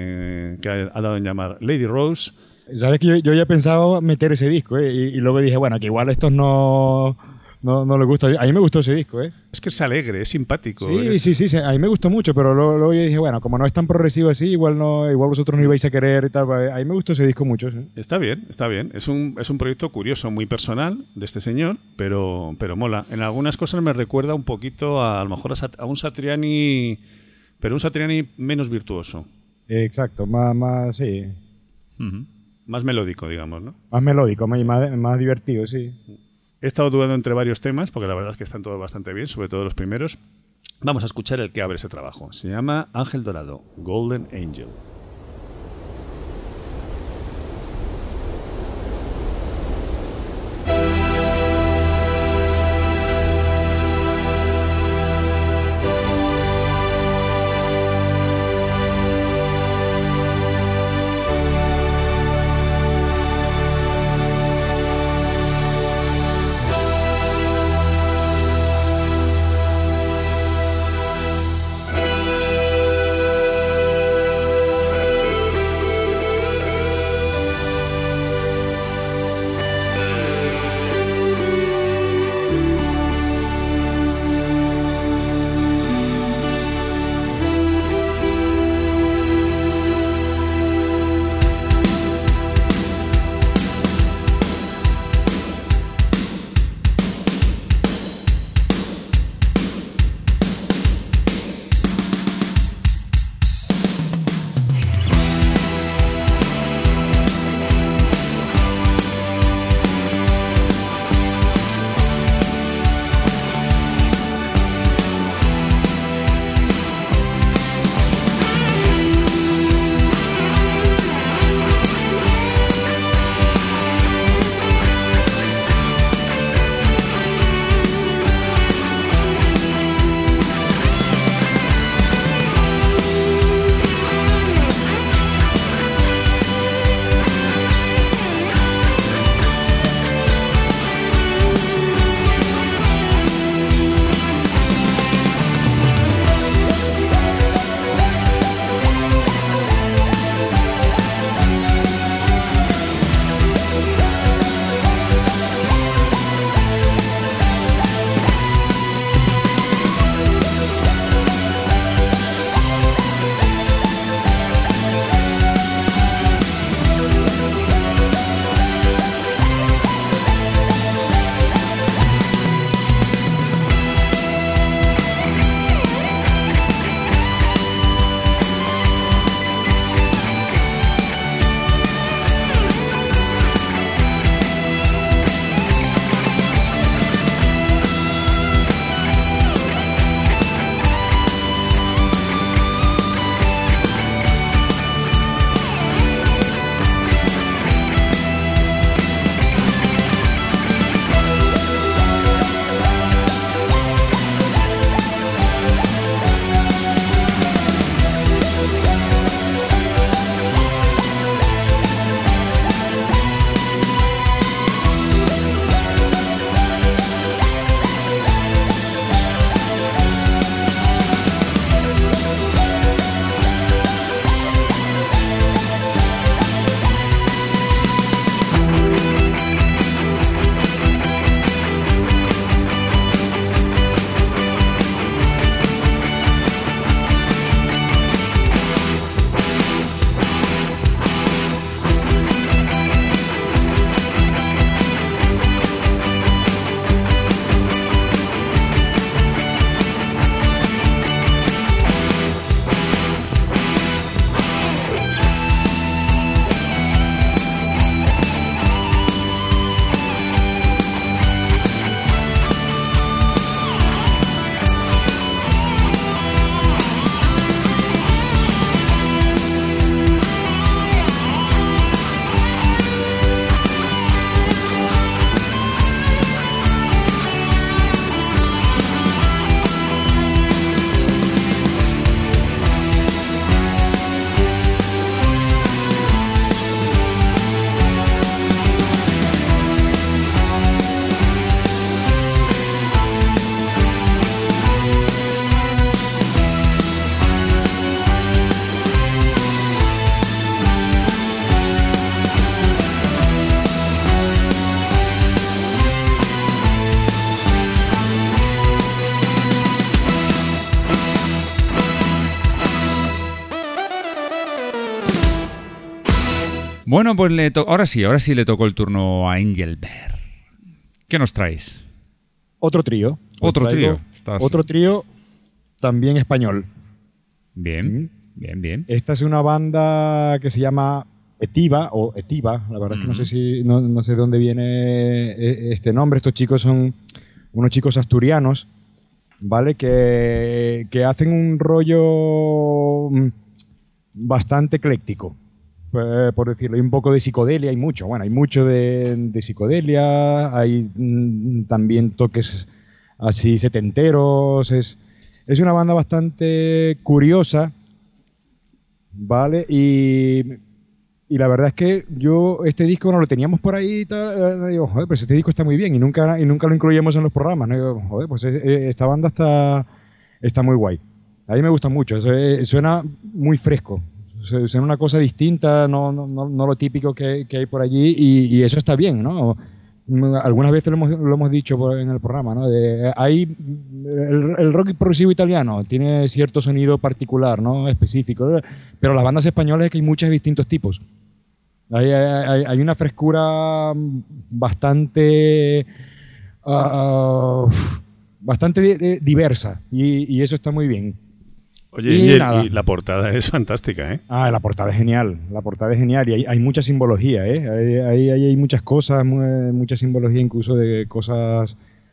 se que ha, ha dado en llamar Lady Rose. Sabes que yo, yo ya he pensado meter ese disco, ¿eh? y, y luego dije, bueno, que igual a estos no, no, no les gusta. A mí me gustó ese disco, ¿eh? Es que es alegre, es simpático. Sí, es... sí, sí, sí, a mí me gustó mucho, pero luego, luego yo dije, bueno, como no es tan progresivo así, igual no, igual vosotros no ibais a querer y tal. A mí me gustó ese disco mucho, sí. Está bien, está bien. Es un, es un proyecto curioso, muy personal de este señor, pero, pero mola. En algunas cosas me recuerda un poquito a, a lo mejor a, Sat- a un Satriani, pero un Satriani menos virtuoso. Exacto, más, más, sí, Uh-huh. Más melódico, digamos, ¿no? más melódico, más, más, más divertido, sí. He estado dudando entre varios temas, porque la verdad es que están todos bastante bien, sobre todo los primeros. Vamos a escuchar el que abre ese trabajo. Se llama Ángel Dorado, Golden Angel. Thank Bueno, pues le to- ahora sí, ahora sí le tocó el turno a Engelbert. ¿Qué nos traes? Otro trío. Os Otro traigo trío. Estás- Otro trío también español. Bien, Mm. bien, bien. Esta es una banda que se llama Etiva o Etiva. La verdad es que no Ujú. sé si no, no sé de dónde viene eh, este nombre. Estos chicos son unos chicos asturianos, ¿vale? Que, que hacen un rollo mm, bastante ecléctico, eh, por decirlo. Hay un poco de psicodelia, hay mucho. Bueno, hay mucho de, de psicodelia, hay mm, también toques así setenteros. Es, es una banda bastante curiosa, ¿vale? Y, y la verdad es que yo este disco, bueno, lo teníamos por ahí y tal, eh, digo, joder, pues este disco está muy bien y nunca, y nunca lo incluíamos en los programas, ¿no? Y digo, joder, pues eh, eh, esta banda está, está muy guay. A mí me gusta mucho, es- eh, suena muy fresco, su- suena una cosa distinta, no, no, no, no lo típico que, que hay por allí y, y eso está bien, ¿no? Mm, Algunas veces lo hemos, lo hemos dicho por- en el programa, ¿no? De, eh, hay el, el rock progresivo italiano tiene cierto sonido particular, ¿no? Específico, pero las bandas españolas es que hay muchos distintos tipos. Hay, hay, hay una frescura bastante ah, bastante di- di- diversa y, y eso está muy bien. Oye, Y Inger, nada. y la portada es fantástica, ¿eh? Ah, la portada es genial, la portada es genial y hay, hay mucha simbología, ¿eh? Hay, hay, hay- hay muchas cosas, mu- mucha simbología incluso de cosas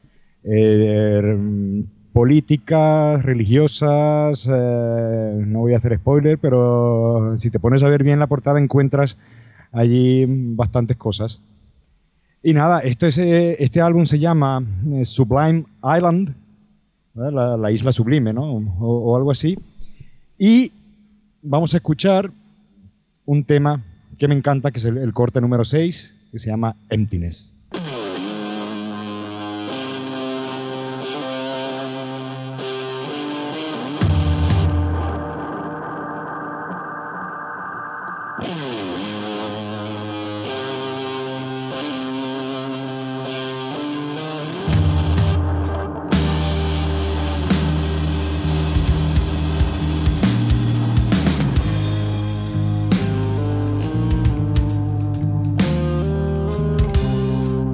eh, políticas, religiosas. Eh, no voy a hacer spoiler, pero si te pones a ver bien la portada encuentras allí bastantes cosas. Y nada, esto es, eh, este álbum se llama eh, Sublime Island, ¿vale? la, la isla sublime, ¿no? O, o algo así. Y vamos a escuchar un tema que me encanta, que es el, el corte número seis, que se llama Emptiness. Thank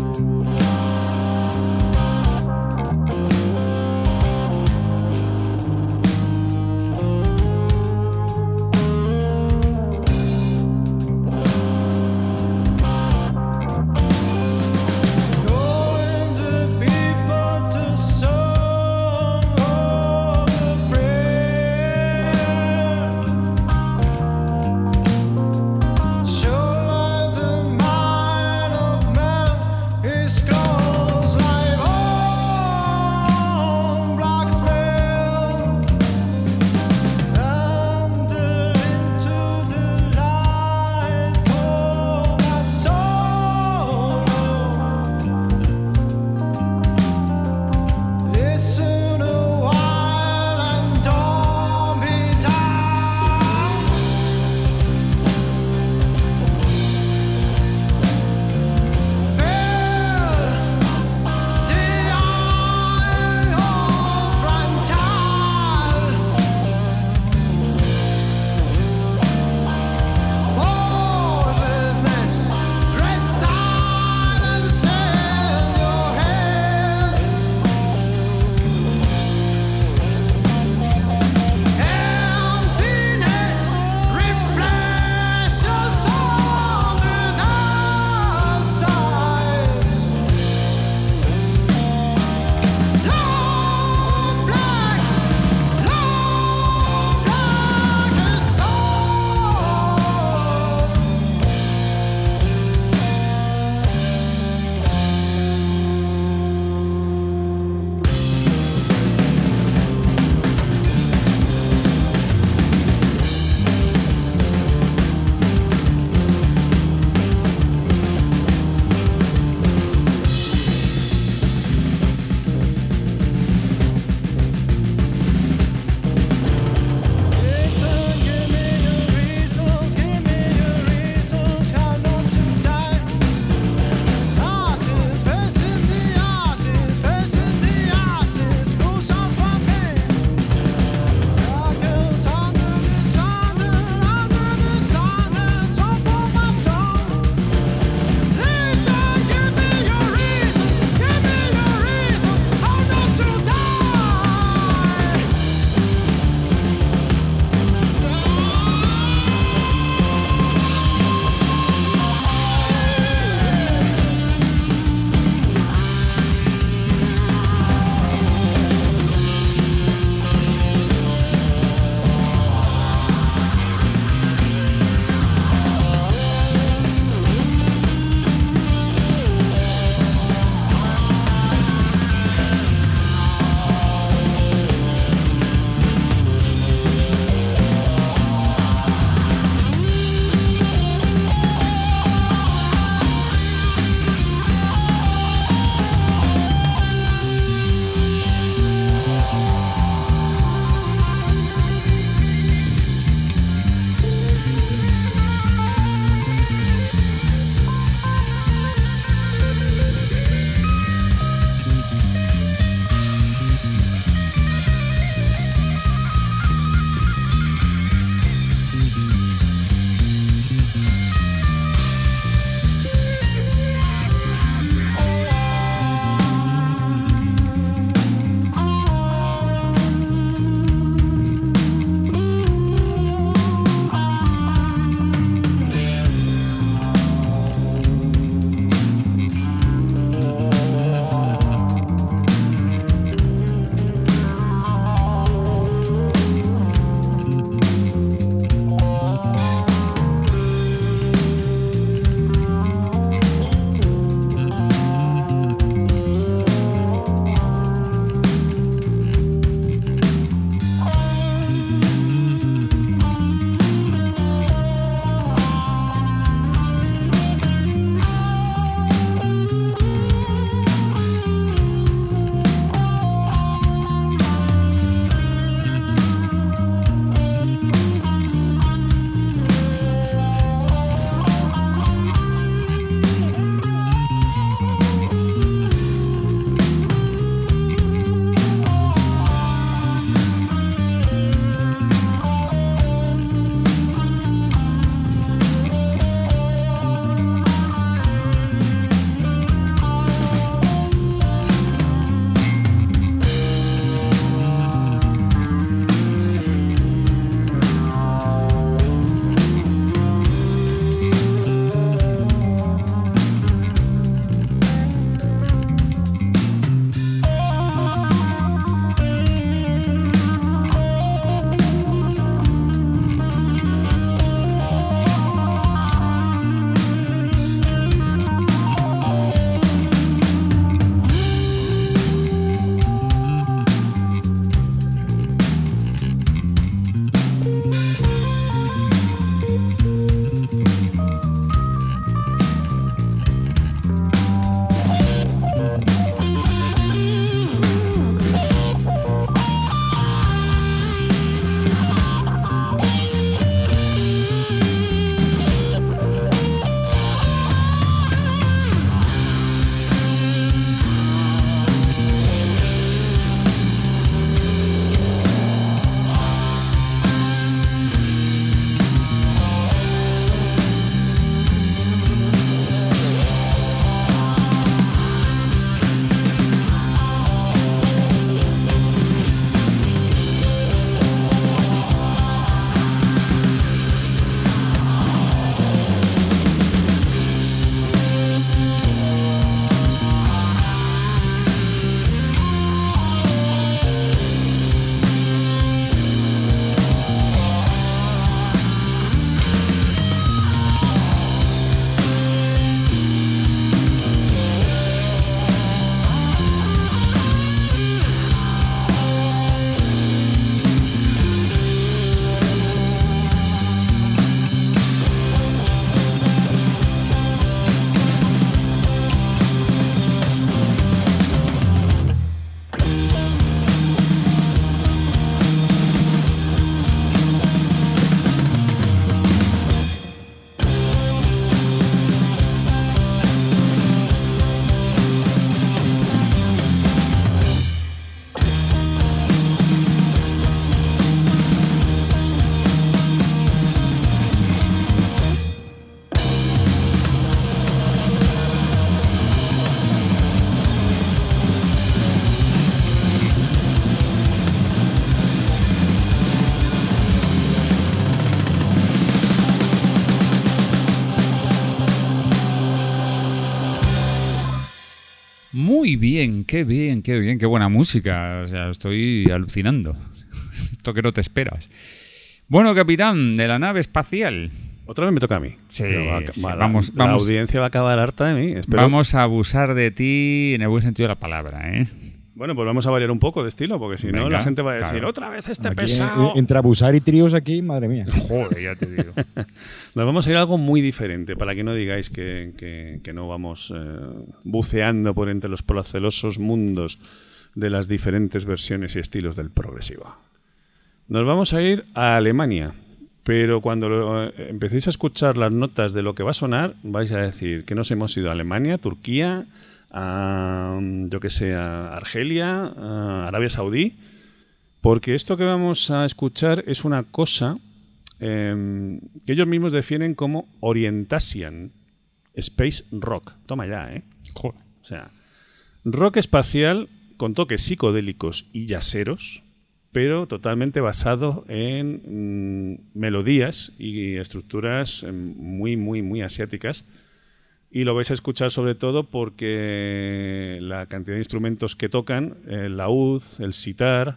Muy bien, qué bien, qué bien, qué buena música. O sea, estoy alucinando. Esto que no te esperas. Bueno, capitán de la nave espacial. Otra vez me toca a mí. Sí, Pero va- sí, va- la- vamos- la vamos- audiencia va a acabar harta de mí. Espero. Vamos a abusar de ti en el buen sentido de la palabra, ¿eh? Bueno, pues vamos a variar un poco de estilo, porque si no, Venga, la gente va a decir, claro. otra vez este Aquí, pesado. en- entre abusar y tríos aquí, madre mía. Joder, ya te digo. Nos vamos a ir a algo muy diferente, para que no digáis que, que- que no vamos eh, buceando por entre los procelosos mundos de las diferentes versiones y estilos del progresivo. Nos vamos a ir a Alemania, pero cuando lo- eh, empecéis a escuchar las notas de lo que va a sonar, vais a decir que nos hemos ido a Alemania, Turquía, a, yo que sé, a Argelia, a Arabia Saudí, porque esto que vamos a escuchar es una cosa eh, que ellos mismos definen como Orientasian Space Rock. Toma ya, ¿eh? Joder. O sea, rock espacial con toques psicodélicos y yaceros, pero totalmente basado en mm, melodías y estructuras eh, muy, muy, muy asiáticas. Y lo vais a escuchar sobre todo porque la cantidad de instrumentos que tocan, el laúd, el sitar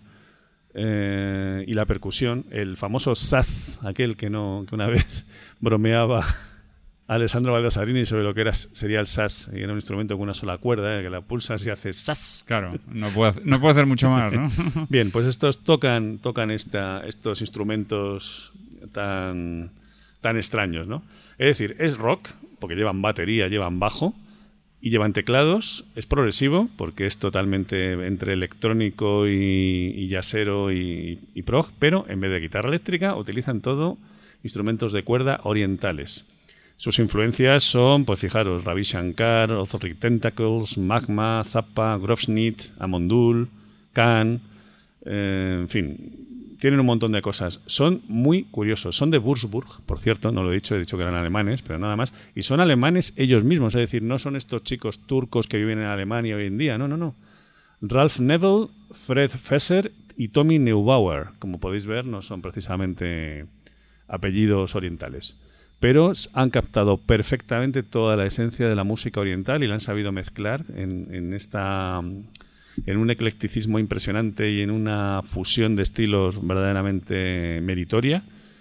eh, y la percusión, el famoso saz, aquel que no que una vez bromeaba Alessandro Baldassarini sobre lo que era sería el saz, y era un instrumento con una sola cuerda, eh, que la pulsas y hace saz. Claro, no puedo, hacer, no puedo hacer mucho más, ¿no? Bien, pues estos tocan, tocan esta, estos instrumentos tan, tan extraños, ¿no? Es decir, es rock, porque llevan batería, llevan bajo y llevan teclados. Es progresivo, porque es totalmente entre electrónico y, y jazzero y, y prog, pero en vez de guitarra eléctrica utilizan todo instrumentos de cuerda orientales. Sus influencias son, pues fijaros, Ravi Shankar, Ozric Tentacles, Magma, Zappa, Grofschnitt, Amondul, Khan, eh, en fin, tienen un montón de cosas. Son muy curiosos. Son de Würzburg, por cierto, no lo he dicho, he dicho que eran alemanes, pero nada más. Y son alemanes ellos mismos, es decir, no son estos chicos turcos que viven en Alemania hoy en día, no, no, no. Ralph Neville, Fred Fesser y Tommy Neubauer, como podéis ver, no son precisamente apellidos orientales, pero han captado perfectamente toda la esencia de la música oriental y la han sabido mezclar en, en esta en un eclecticismo impresionante y en una fusión de estilos verdaderamente meritoria,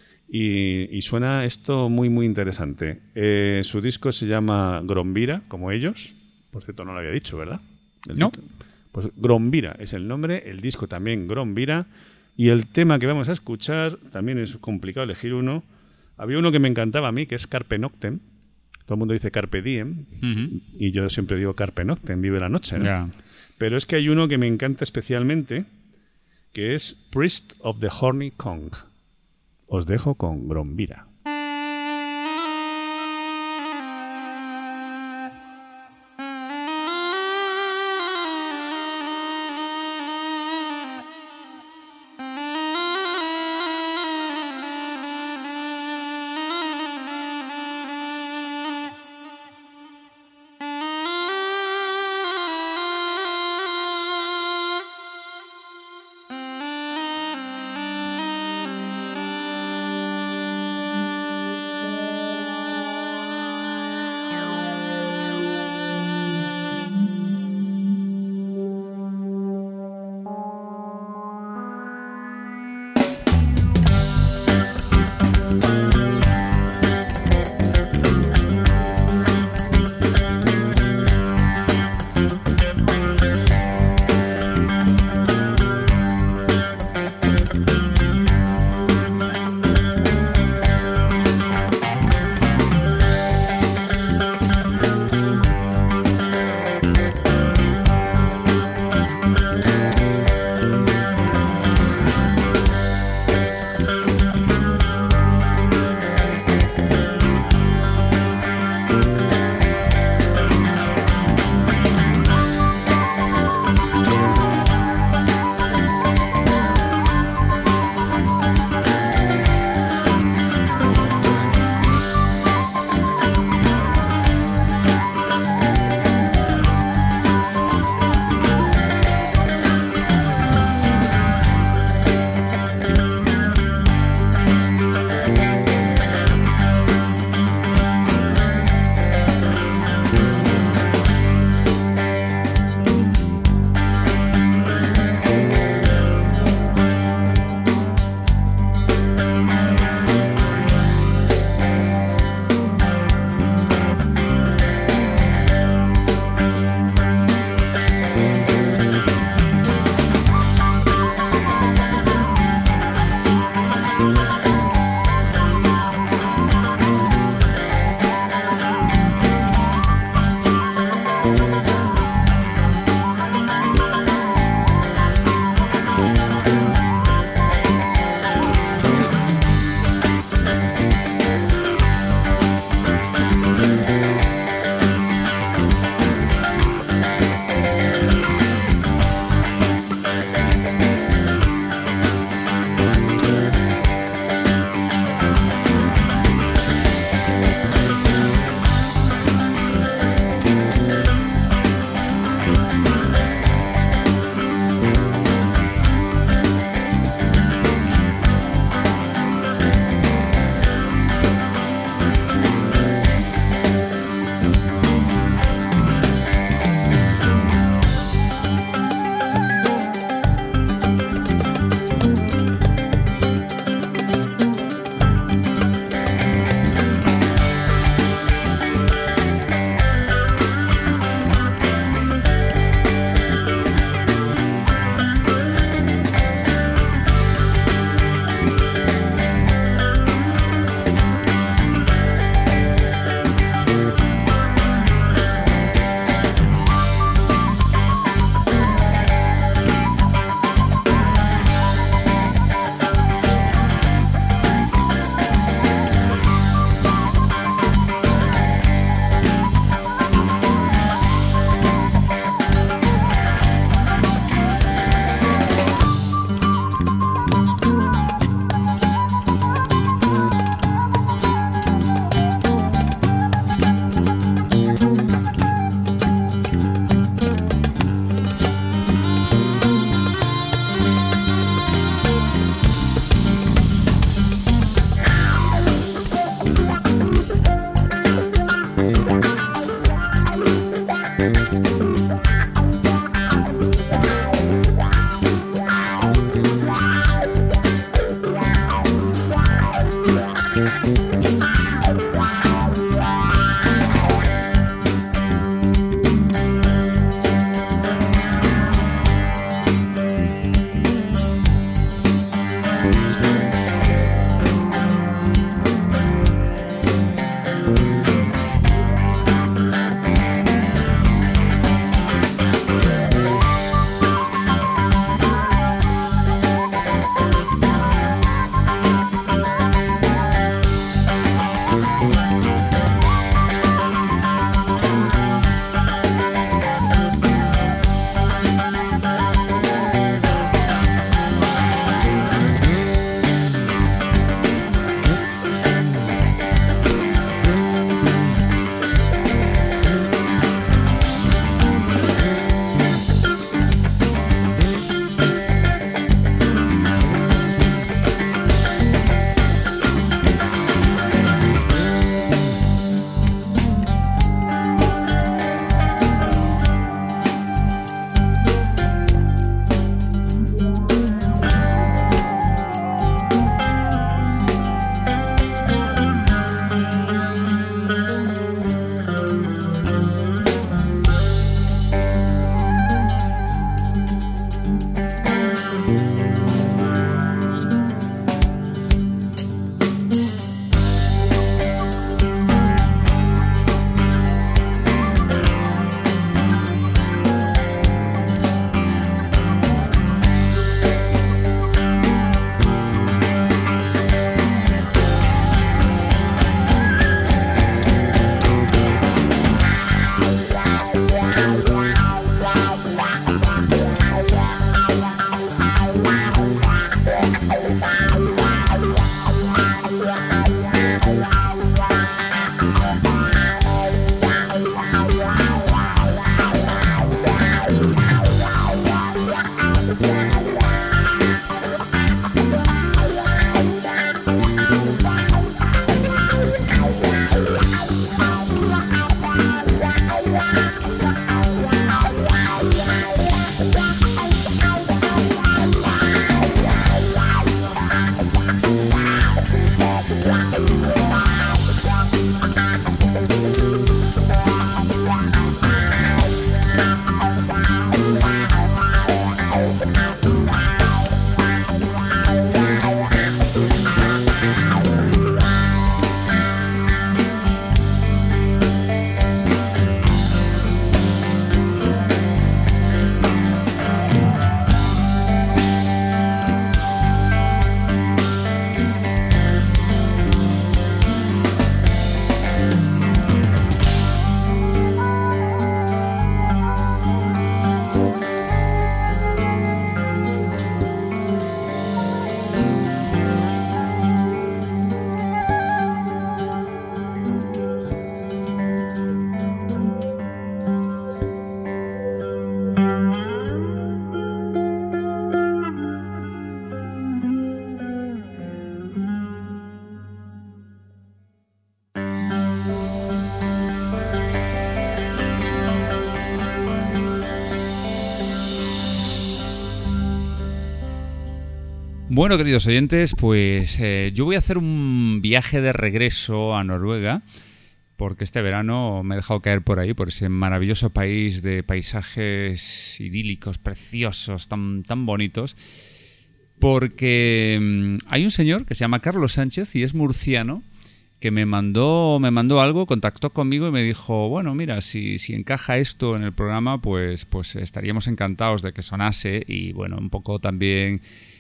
y, y suena esto muy muy interesante. Eh, su disco se llama Grombira, como ellos, por cierto no lo había dicho, ¿verdad? El No. título. Pues Grombira es el nombre, el disco también Grombira, y el tema que vamos a escuchar también es complicado elegir uno. Había uno que me encantaba a mí, que es Carpe Noctem. Todo el mundo dice Carpe Diem, Uh-huh. y yo siempre digo Carpe Noctem, vive la noche, ¿no? Ya. Pero es que hay uno que me encanta especialmente, que es Priest of the Horny Kong. Os dejo con Grombira. Thank Bueno, queridos oyentes, pues eh, yo voy a hacer un viaje de regreso a Noruega, porque este verano me he dejado caer por ahí, por ese maravilloso país de paisajes idílicos, preciosos, tan, tan bonitos, porque mmm, hay un señor que se llama Carlos Sánchez y es murciano, que me mandó, me mandó algo, contactó conmigo y me dijo, bueno, mira, si, si encaja esto en el programa, pues, pues estaríamos encantados de que sonase, y bueno, un poco también...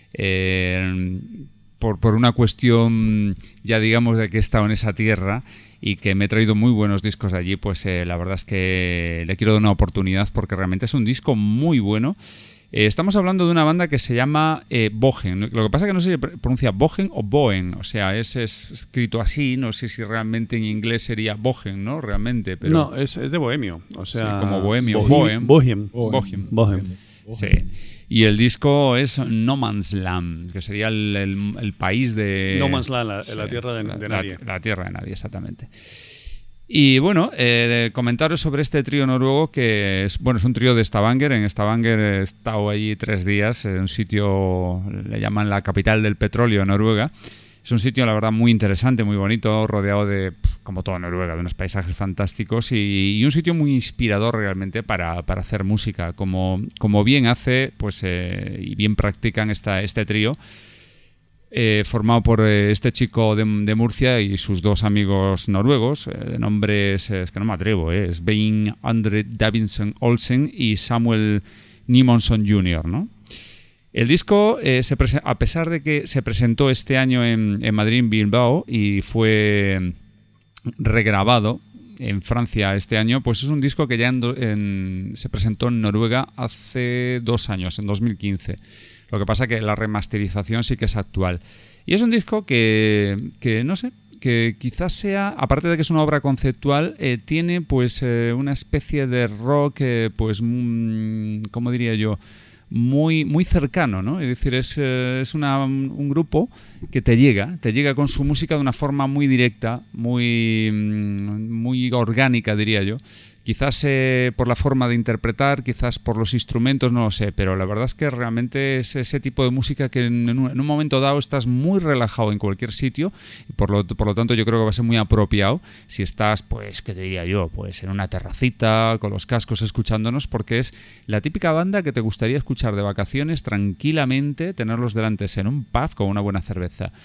Eh, por, por una cuestión ya digamos de que he estado en esa tierra y que me he traído muy buenos discos de allí, pues eh, la verdad es que le quiero dar una oportunidad porque realmente es un disco muy bueno. Eh, estamos hablando de una banda que se llama eh, Bogen. Lo que pasa es que no sé si pronuncia Bogen o Boen, o sea, es, es escrito así, no sé si realmente en inglés sería Bogen, ¿no? Realmente, pero... No, es, es de bohemio, o sea... Sí, como bohemio, Bohem. Bohem. Bohem. Bohem. Bohem. Sí. Y el disco es No Man's Land, que sería el, el, el país de... No Man's Land, la, sí, la tierra de, de la, nadie. La, la tierra de nadie, exactamente. Y bueno, eh, comentaros sobre este trío noruego que es, bueno, es un trío de Stavanger. En Stavanger he estado allí tres días, en un sitio, le llaman la capital del petróleo de Noruega. Es un sitio, la verdad, muy interesante, muy bonito, rodeado de, como toda Noruega, de unos paisajes fantásticos y, y un sitio muy inspirador realmente para, para hacer música, como, como bien hace pues eh, y bien practican esta, este trío, eh, formado por eh, este chico de, de Murcia y sus dos amigos noruegos, eh, de nombres, es que no me atrevo, eh, Svein Andre Davidson Olsen y Samuel Nimonson junior, ¿no? El disco, eh, se a pesar de que se presentó este año en, en Madrid, en Bilbao, y fue regrabado en Francia este año, pues es un disco que ya en, en, se presentó en Noruega hace dos años, en dos mil quince. Lo que pasa que la remasterización sí que es actual. Y es un disco que, que no sé, que quizás sea, aparte de que es una obra conceptual, eh, tiene pues eh, una especie de rock, eh, pues, mm, ¿cómo diría yo?, muy, muy cercano, ¿no? Es decir, es, eh, es una, un grupo que te llega, te llega con su música de una forma muy directa, muy, muy orgánica, diría yo. Quizás eh, por la forma de interpretar, quizás por los instrumentos, no lo sé, pero la verdad es que realmente es ese tipo de música que en un, en un momento dado estás muy relajado en cualquier sitio y por lo, por lo tanto yo creo que va a ser muy apropiado si estás, pues, ¿qué te diría yo? Pues en una terracita, con los cascos escuchándonos, porque es la típica banda que te gustaría escuchar de vacaciones tranquilamente, tenerlos delante en un pub con una buena cerveza.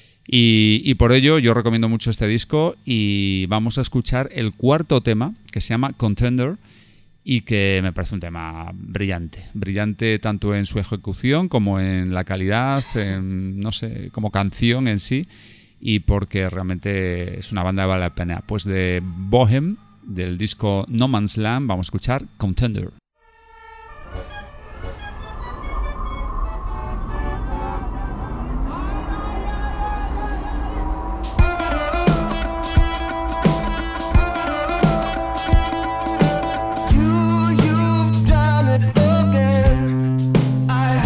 Y, y por ello yo recomiendo mucho este disco y vamos a escuchar el cuarto tema que se llama Contender y que me parece un tema brillante, brillante tanto en su ejecución como en la calidad, en, no sé, como canción en sí, y porque realmente es una banda que vale la pena. Pues de Bohem, del disco No Man's Land, vamos a escuchar Contender. You, you've done it again. I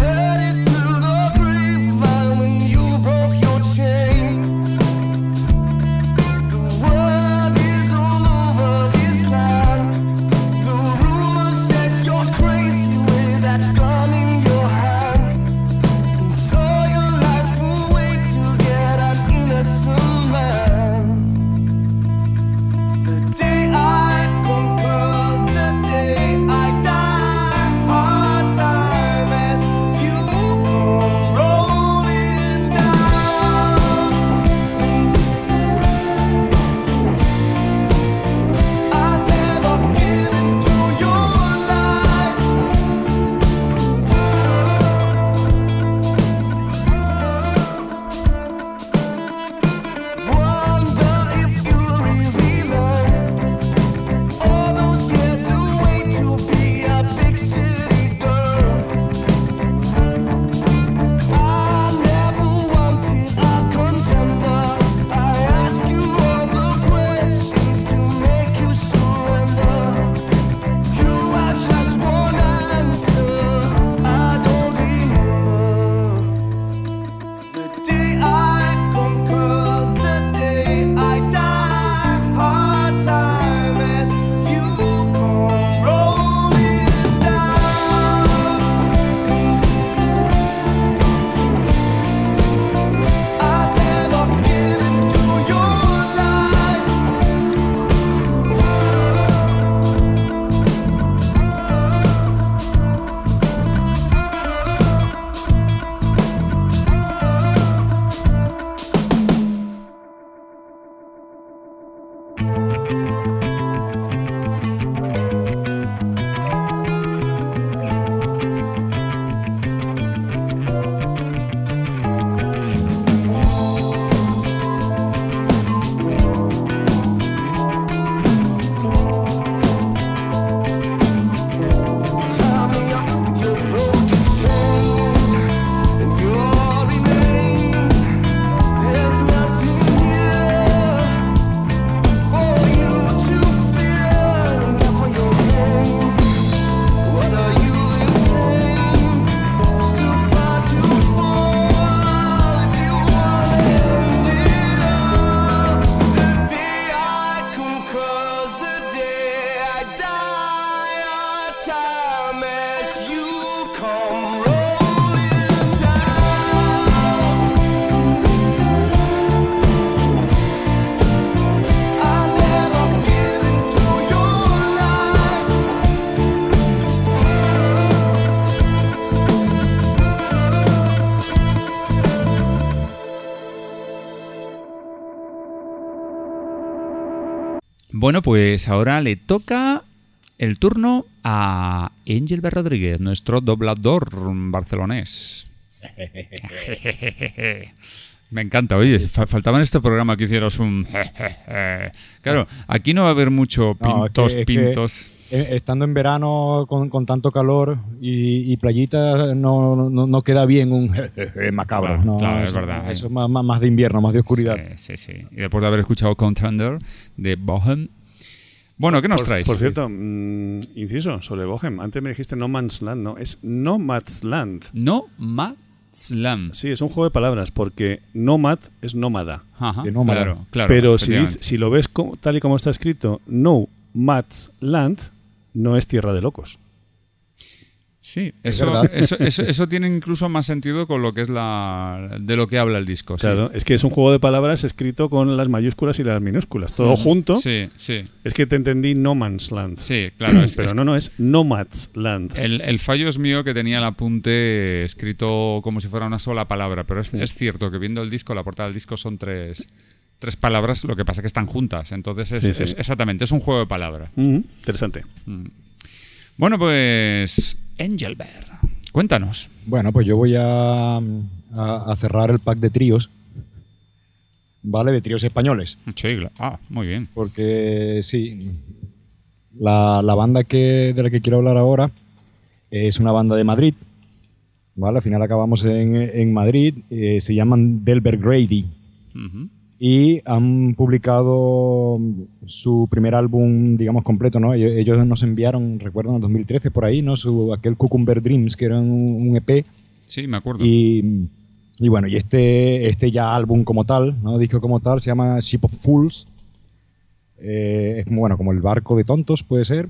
Bueno, pues ahora le toca el turno a Engelbert Rodríguez, nuestro doblador barcelonés. Me encanta, oye, fa- faltaba en este programa que hicieras un... Claro, aquí no va a haber mucho No, es que- pintos, es que- pintos. Eh, Estando en verano con, con tanto calor y, y playita, no, no, no queda bien un macabro. Claro, no, claro, es eso, verdad, Eso eh. es más, más- más de invierno, más de oscuridad. Sí, sí, sí. Y después de haber escuchado Contender de Bohem. Bueno, ¿qué nos Por, traes? por cierto, mm, inciso sobre Bohem. Antes me dijiste No Man's Land, no, es Nomadsland. No Madslam. Sí, es un juego de palabras porque Nomad es nómada. Ajá, De nómada. claro, claro. Pero si, efectivamente. dice- si lo ves co- tal y como está escrito, No Man's Land, no es tierra de locos. Sí, Es eso, verdad. eso, eso, eso tiene incluso más sentido con lo que es la de lo que habla el disco. sí. Claro, es que es un juego de palabras escrito con las mayúsculas y las minúsculas. Todo junto. Sí, sí, Es que te entendí No Man's Land. sí, claro. Es, Pero es- no, no, es Nomad's Land. el, el fallo es mío que tenía el apunte escrito como si fuera una sola palabra, pero es, es cierto que viendo el disco, la portada del disco son tres, tres palabras, lo que pasa es que están juntas. Entonces, es, Sí, sí. es- exactamente, es un juego de palabras. Mm, interesante. Bueno, pues Engelbert, cuéntanos. Bueno, pues yo voy a, a, a cerrar el pack de tríos, ¿vale? De tríos españoles. Sí, cla- ah, muy bien. Porque sí, la, la banda que, de la que quiero hablar ahora es una banda de Madrid, ¿vale? Al final acabamos en, en Madrid, eh, se llaman Delbert Grady Ujú. y han publicado su primer álbum, digamos, completo, ¿no? Ellos, ellos nos enviaron, recuerdo, en el dos mil trece por ahí, ¿no? Su, aquel Cucumber Dreams, que era un, un E P. Sí, me acuerdo. Y, y bueno, y este, este ya álbum como tal, ¿no? Disco como tal, se llama Ship of Fools. Eh, es como, bueno, como el barco de tontos, puede ser.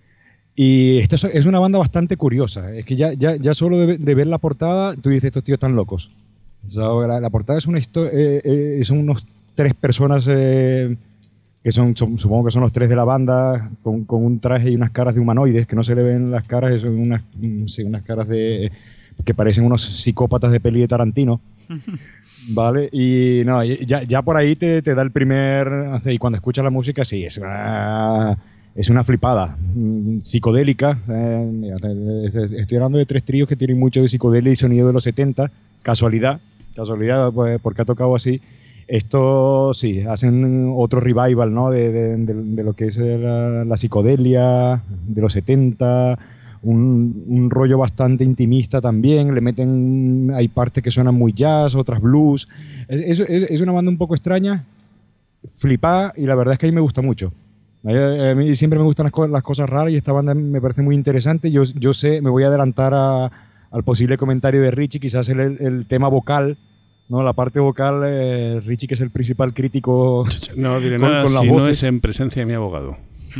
Y esta es- es una banda bastante curiosa. Es que ya, ya, ya solo de, de ver la portada, tú dices, estos tíos están locos. O sea, la, la portada es una historia, eh, eh, son unos tres personas eh, que son, son- supongo que son los tres de la banda, con, con un traje y unas caras de humanoides, que no se le ven las caras, son unas, mm, sí, unas caras de que parecen unos psicópatas de peli de Tarantino. ¿Vale? Y no, y ya, ya por ahí te, te da el primer... o sea, y cuando escuchas la música, sí, es una, es una flipada. mm, Psicodélica. eh, mira, te- te- estoy hablando de tres tríos que tienen mucho de psicodelia y sonido de los setenta. Casualidad. Casualidad, pues, porque ha tocado así. Esto, sí, hacen otro revival, ¿no? De, de- de- de lo que es la, la psicodelia de los setenta. Un, un rollo bastante intimista también, le meten, hay partes que suenan muy jazz, otras blues. Es, es- es una banda un poco extraña, flipada, y la verdad es que a mí me gusta mucho. A mí, a mí siempre me gustan las, co- las cosas raras y esta banda me parece muy interesante. Yo, yo sé, me voy a adelantar a- al posible comentario de Richie, quizás el, el tema vocal, ¿no? La parte vocal, eh, Richie, que es el principal crítico, No diré Con- nada con las si no voces. es en presencia de mi abogado.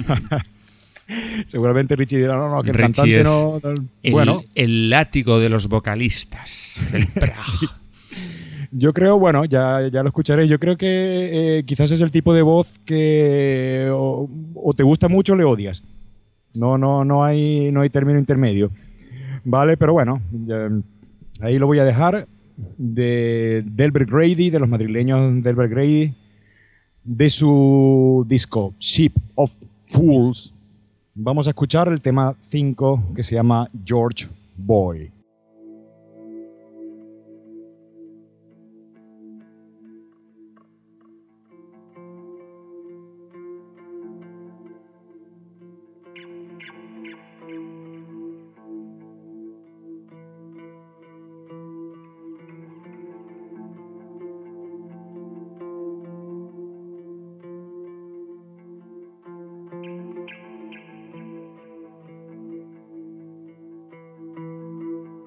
seguramente Richie dirá, no, no, que el Richie cantante es no... tal". El, Bueno, el látigo de los vocalistas del Praga. yo creo, bueno, ya, ya lo escucharé. Yo creo que eh, quizás es el tipo de voz que o, o te gusta mucho o le odias. No, no, no hay, no hay término intermedio. Vale, pero bueno, ya- ahí lo voy a dejar. De Delbert Grady, de los madrileños Delbert Grady, de su disco Ship of Fools. Vamos a escuchar el tema cinco que se llama George Boy. Thank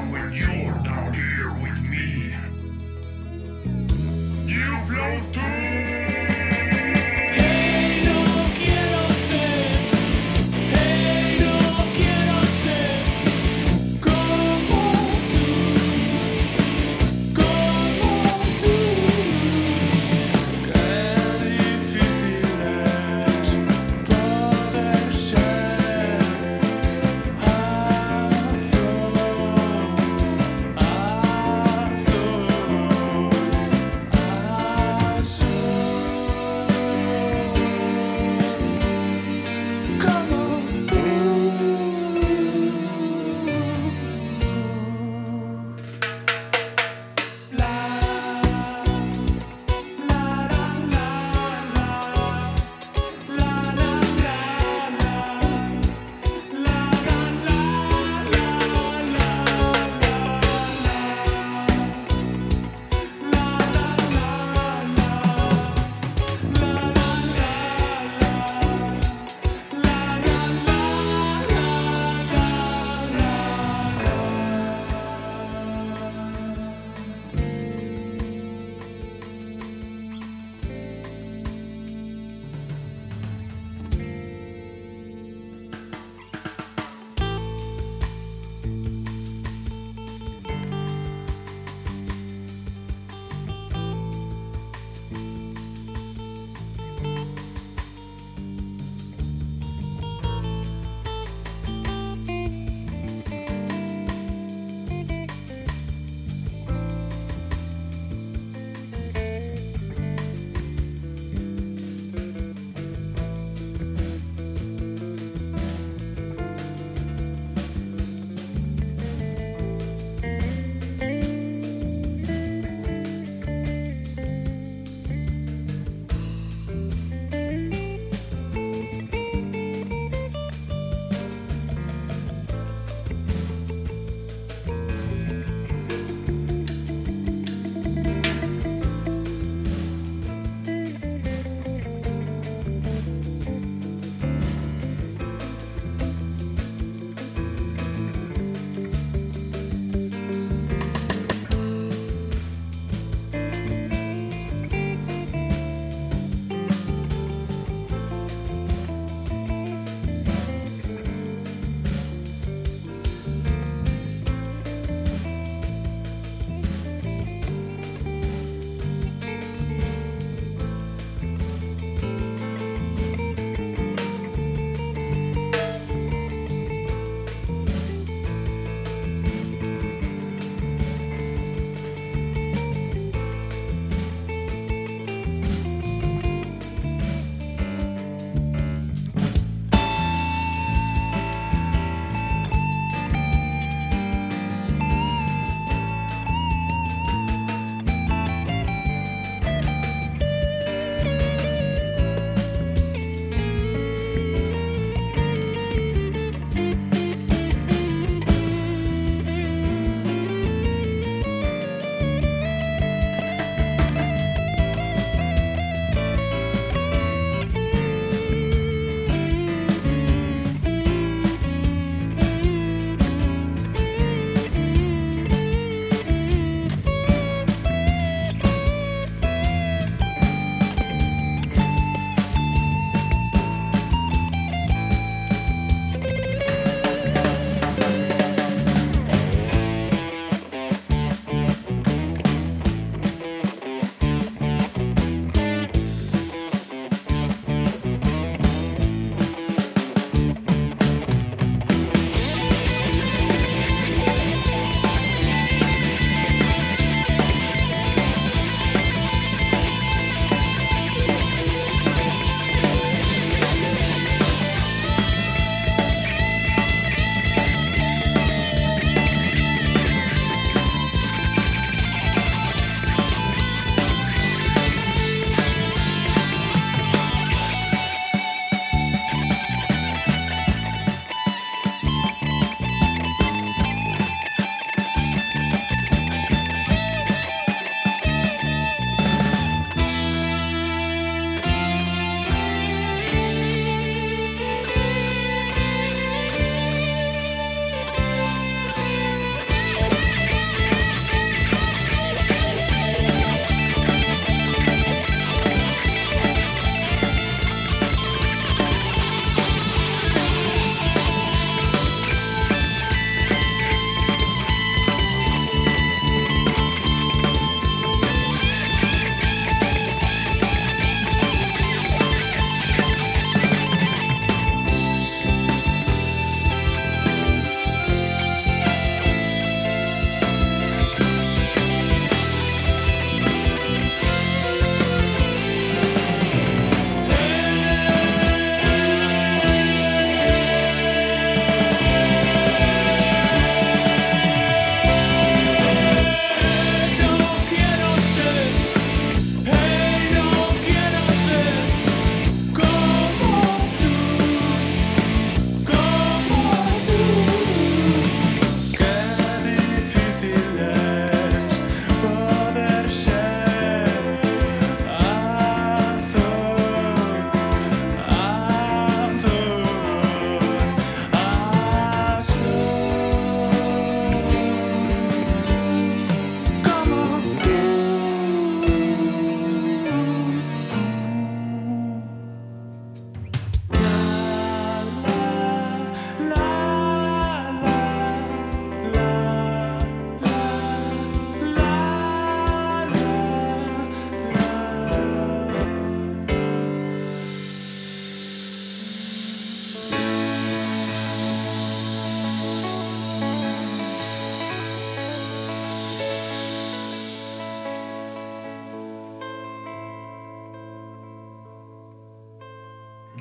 come when you're down here with me. You float too. Hey, no quiero ser. Hey, no quiero ser como tú, como tú. Qué difícil es poder ser azul, azul.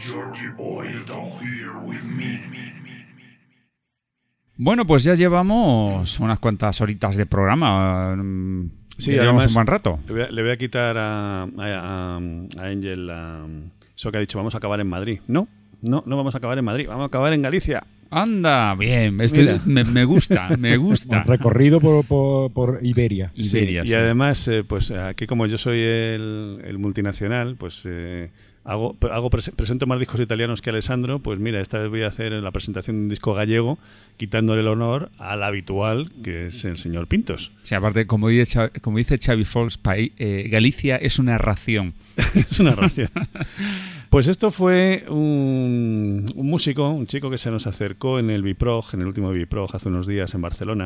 Georgie boy down here with me. Bueno, pues ya llevamos unas cuantas horitas de programa. Mm, Sí, ya llevamos además, un buen rato. Le voy a, le voy a quitar a, a, a- a Ángel a- eso que ha dicho, vamos a acabar en Madrid. No, no, no vamos a acabar en Madrid, vamos a acabar en Galicia. Anda, bien. Estoy- Mira. me, me gusta, me gusta. Recorrido por, por, por Iberia. Iberia, y sí. además, eh, pues aquí como yo soy el, el multinacional, pues eh, hago, hago pres- presento más discos italianos que Alessandro. Pues mira, esta vez voy a hacer la presentación de un disco gallego, quitándole el honor al habitual, que es el señor Pintos. O sea, aparte, como dice, Xavi- como dice Xavi Fols, paí- eh, Galicia es una ración. Es una ración. Pues esto fue un, un músico, un chico que se nos acercó en el Biprog, en el último Biprog hace unos días en Barcelona,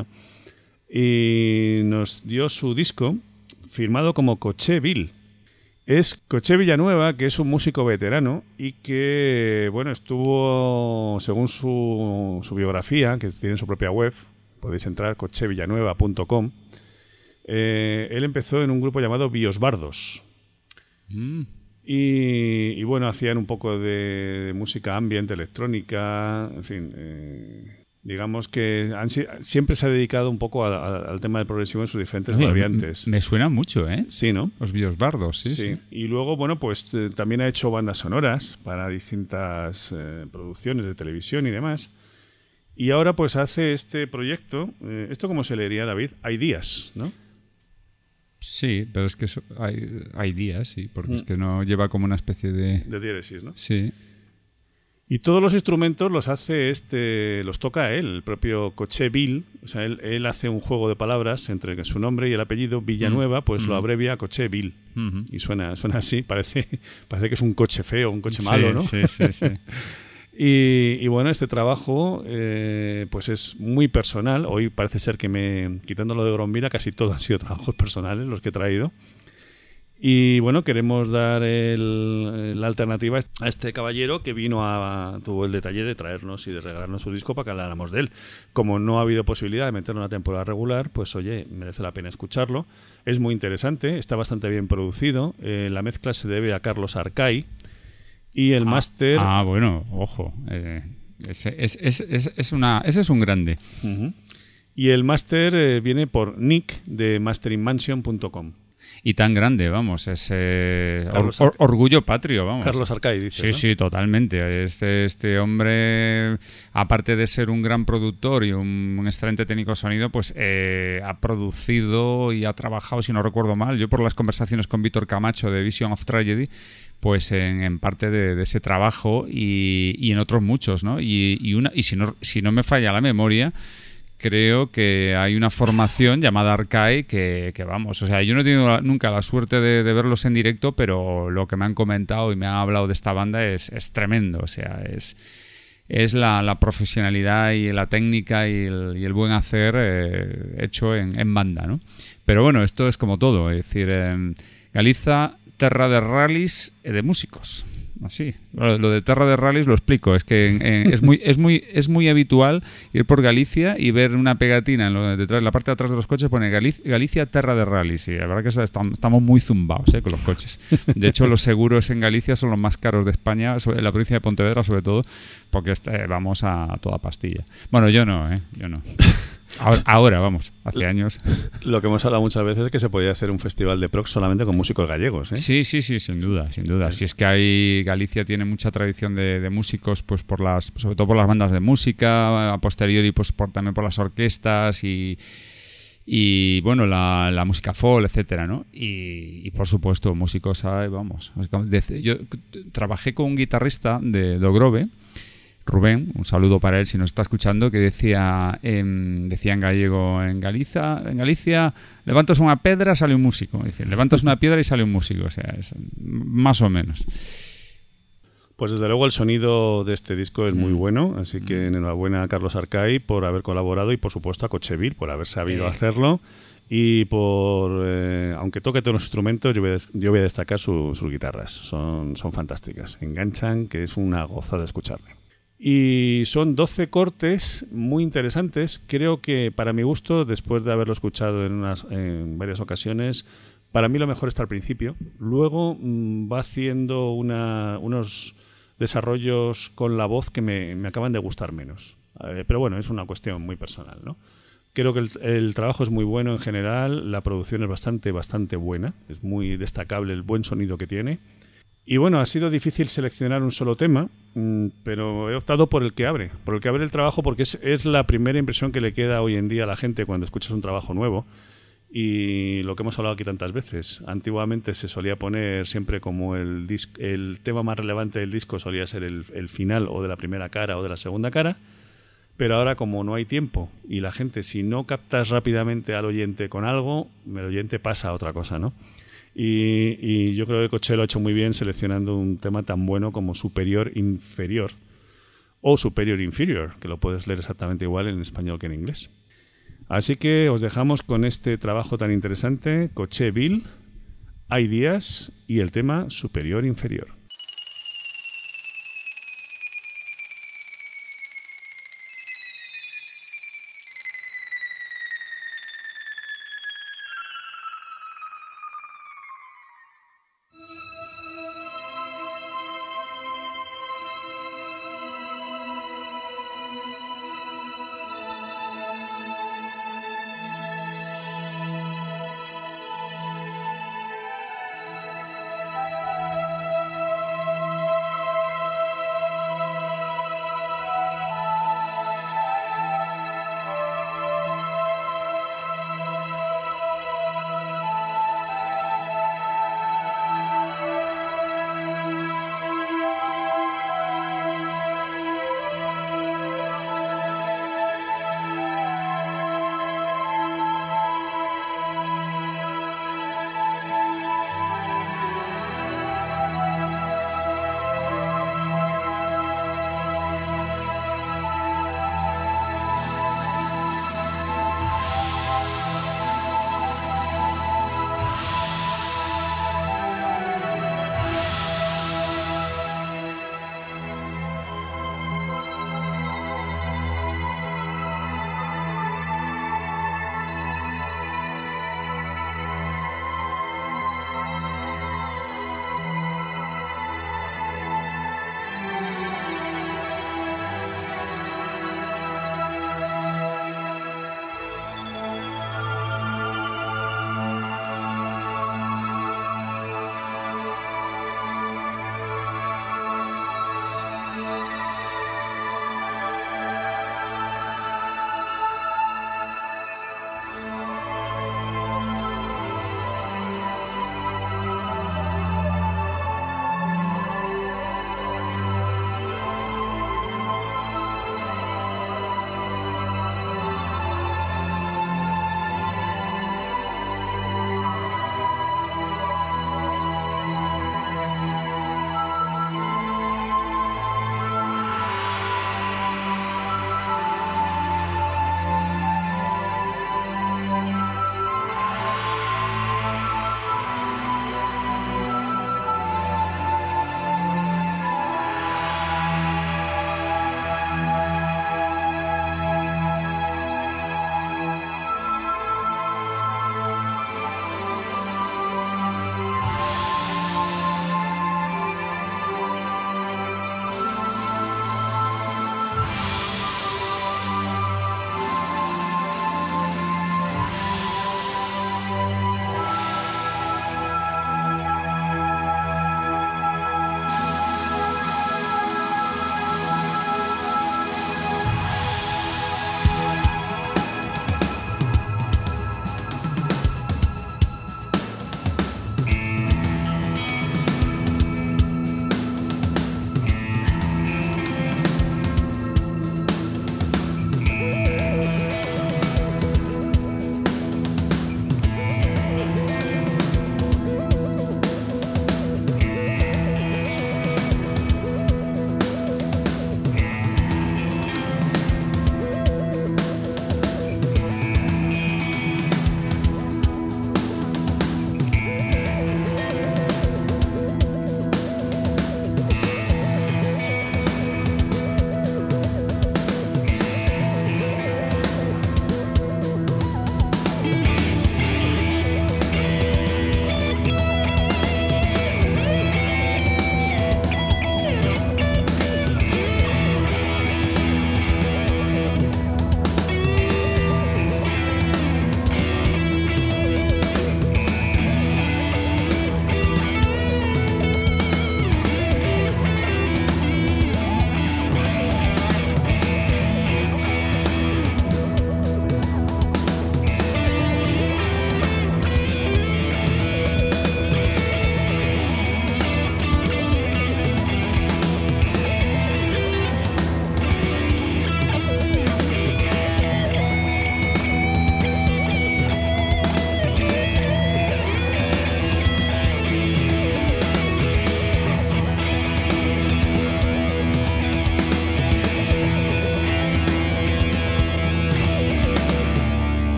y nos dio su disco firmado como Coche Bill. Es Coche Villanueva, que es un músico veterano y que, bueno, estuvo, según su, su biografía, que tiene en su propia web, podéis entrar, coche villanueva punto com, eh, él empezó en un grupo llamado Biosbardos. Mm. Y, y bueno, hacían un poco de, de música ambient, electrónica, en fin. Eh, digamos que han si- siempre se ha dedicado un poco a- a- al tema del progresivo en sus diferentes Oye, variantes. Me, me suena mucho, ¿eh? Sí, ¿no? Los Biosbardos, sí, sí. Sí. Y luego, bueno, pues eh, también ha hecho bandas sonoras para distintas eh, producciones de televisión y demás. Y ahora pues hace este proyecto, eh, ¿esto cómo se leería, David? Ideas, ¿no? Sí, pero es que eso- hay, hay días, sí, porque Mm. es que no lleva como una especie de... De diéresis, ¿no? Sí. Y todos los instrumentos los hace este, los toca él, el propio Coche Bill. O sea, él, él hace un juego de palabras entre su nombre y el apellido Villanueva, pues Mm. lo abrevia a Coche Bill. Ujú. Y suena, suena así, parece, parece que es un coche feo, un coche malo, Sí, ¿no? Sí, sí, sí. Y, y bueno, este trabajo eh, pues es muy personal. Hoy parece ser que me, quitando lo de Grombira, casi todo han sido trabajos personales los que he traído. Y bueno, queremos dar el- la alternativa a este caballero que vino a, tuvo el detalle de traernos y de regalarnos su disco para que habláramos de él. Como no ha habido posibilidad de meterlo en una temporada regular, pues oye, merece la pena escucharlo. Es muy interesante, está bastante bien producido. Eh, la mezcla se debe a Carlos Arcay. Y el Ah, máster... Ah, bueno, ojo. eh, ese, es, es, es, es una, ese es un grande. Ujú. Y el máster eh, viene por Nick de mastering mansion punto com. Y tan grande, vamos. Es eh, or- Carlos or- Arca- orgullo patrio, vamos. Carlos Arcay, dice. Sí, sí, totalmente. Este, este hombre, aparte de ser un gran productor y un, un excelente técnico de sonido, pues eh, ha producido y ha trabajado, si no recuerdo mal, yo por las conversaciones con Víctor Camacho de Vision of Tragedy, pues en, en parte de, de ese trabajo y, y en otros muchos, ¿no? Y, y, una, y si, no, si no me falla la memoria, creo que hay una formación llamada Arcai que, que vamos, o sea, yo no he tenido la- nunca la suerte de, de verlos en directo, pero lo que me han comentado y me han hablado de esta banda es, es tremendo, o sea, es, es la, la profesionalidad y la técnica y el, y el buen hacer eh, hecho en, en banda, ¿no? Pero bueno, esto es como todo, es decir, eh, Galiza, terra de rallies e de músicos. Así. Lo, lo de terra de rallies lo explico. Es que en- en- es muy es muy es muy habitual ir por Galicia y ver una pegatina en, lo, detrás, en la parte de atrás de los coches pone Galicia, Galicia terra de rallies. Y la verdad que eso, estamos, estamos muy zumbados eh, con los coches. De hecho, los seguros en Galicia son los más caros de España, sobre- en la provincia de Pontevedra sobre todo, porque este, vamos a toda pastilla. Bueno, yo no, ¿eh? Yo no. Ahora, ahora, vamos, hace años. Lo que hemos hablado muchas veces es que se podía hacer un festival de prog solamente con músicos gallegos, ¿eh? Sí, sí, sí, sin duda, sin duda. Si es que hay Galicia tiene mucha tradición de, de músicos, pues por las, sobre todo por las bandas de música, a posteriori, pues por, también por las orquestas y y bueno, la, la música folk, etcétera, ¿no? Y, y por supuesto, músicos, ay, vamos. de- Yo trabajé con un guitarrista de Dogrove, Rubén, un saludo para él si nos está escuchando, que decía en, decía en gallego, en Galicia, en Galicia, levantas una pedra, sale un músico. Es decir, levantas una piedra y sale un músico, o sea, es más o menos. Pues desde luego el sonido de este disco es muy Mm. bueno, así que enhorabuena a Carlos Arcay por haber colaborado y por supuesto a Cocheville por haber sabido Eh. hacerlo y por, eh, aunque toque todos los instrumentos, yo voy a, des- yo voy a destacar su- sus guitarras, son, son fantásticas, enganchan, que es una gozada escucharle. Y son doce cortes muy interesantes. Creo que para mi gusto, después de haberlo escuchado en, unas, en varias ocasiones, para mí lo mejor está al principio. Luego mm, va haciendo una, unos, desarrollos con la voz que me, me acaban de gustar menos. Eh, pero bueno, es una cuestión muy personal, ¿no? Creo que el, el trabajo es muy bueno en general, la producción es bastante, bastante buena, es muy destacable el buen sonido que tiene. Y bueno, ha sido difícil seleccionar un solo tema, mmm, pero he optado por el que abre, por el que abre el trabajo, porque es, es la primera impresión que le queda hoy en día a la gente cuando escuchas un trabajo nuevo. Y lo que hemos hablado aquí tantas veces, antiguamente se solía poner siempre como el, dis- el tema más relevante del disco solía ser el, el final o de la primera cara o de la segunda cara, pero ahora como no hay tiempo y la gente, si no captas rápidamente al oyente con algo, el oyente pasa a otra cosa, ¿no? Y, y yo creo que Coché lo ha hecho muy bien seleccionando un tema tan bueno como Superior Inferior o Superior Inferior, que lo puedes leer exactamente igual en español que en inglés. Así que os dejamos con este trabajo tan interesante, Coché Bill, Ideas y el tema Superior Inferior. Thank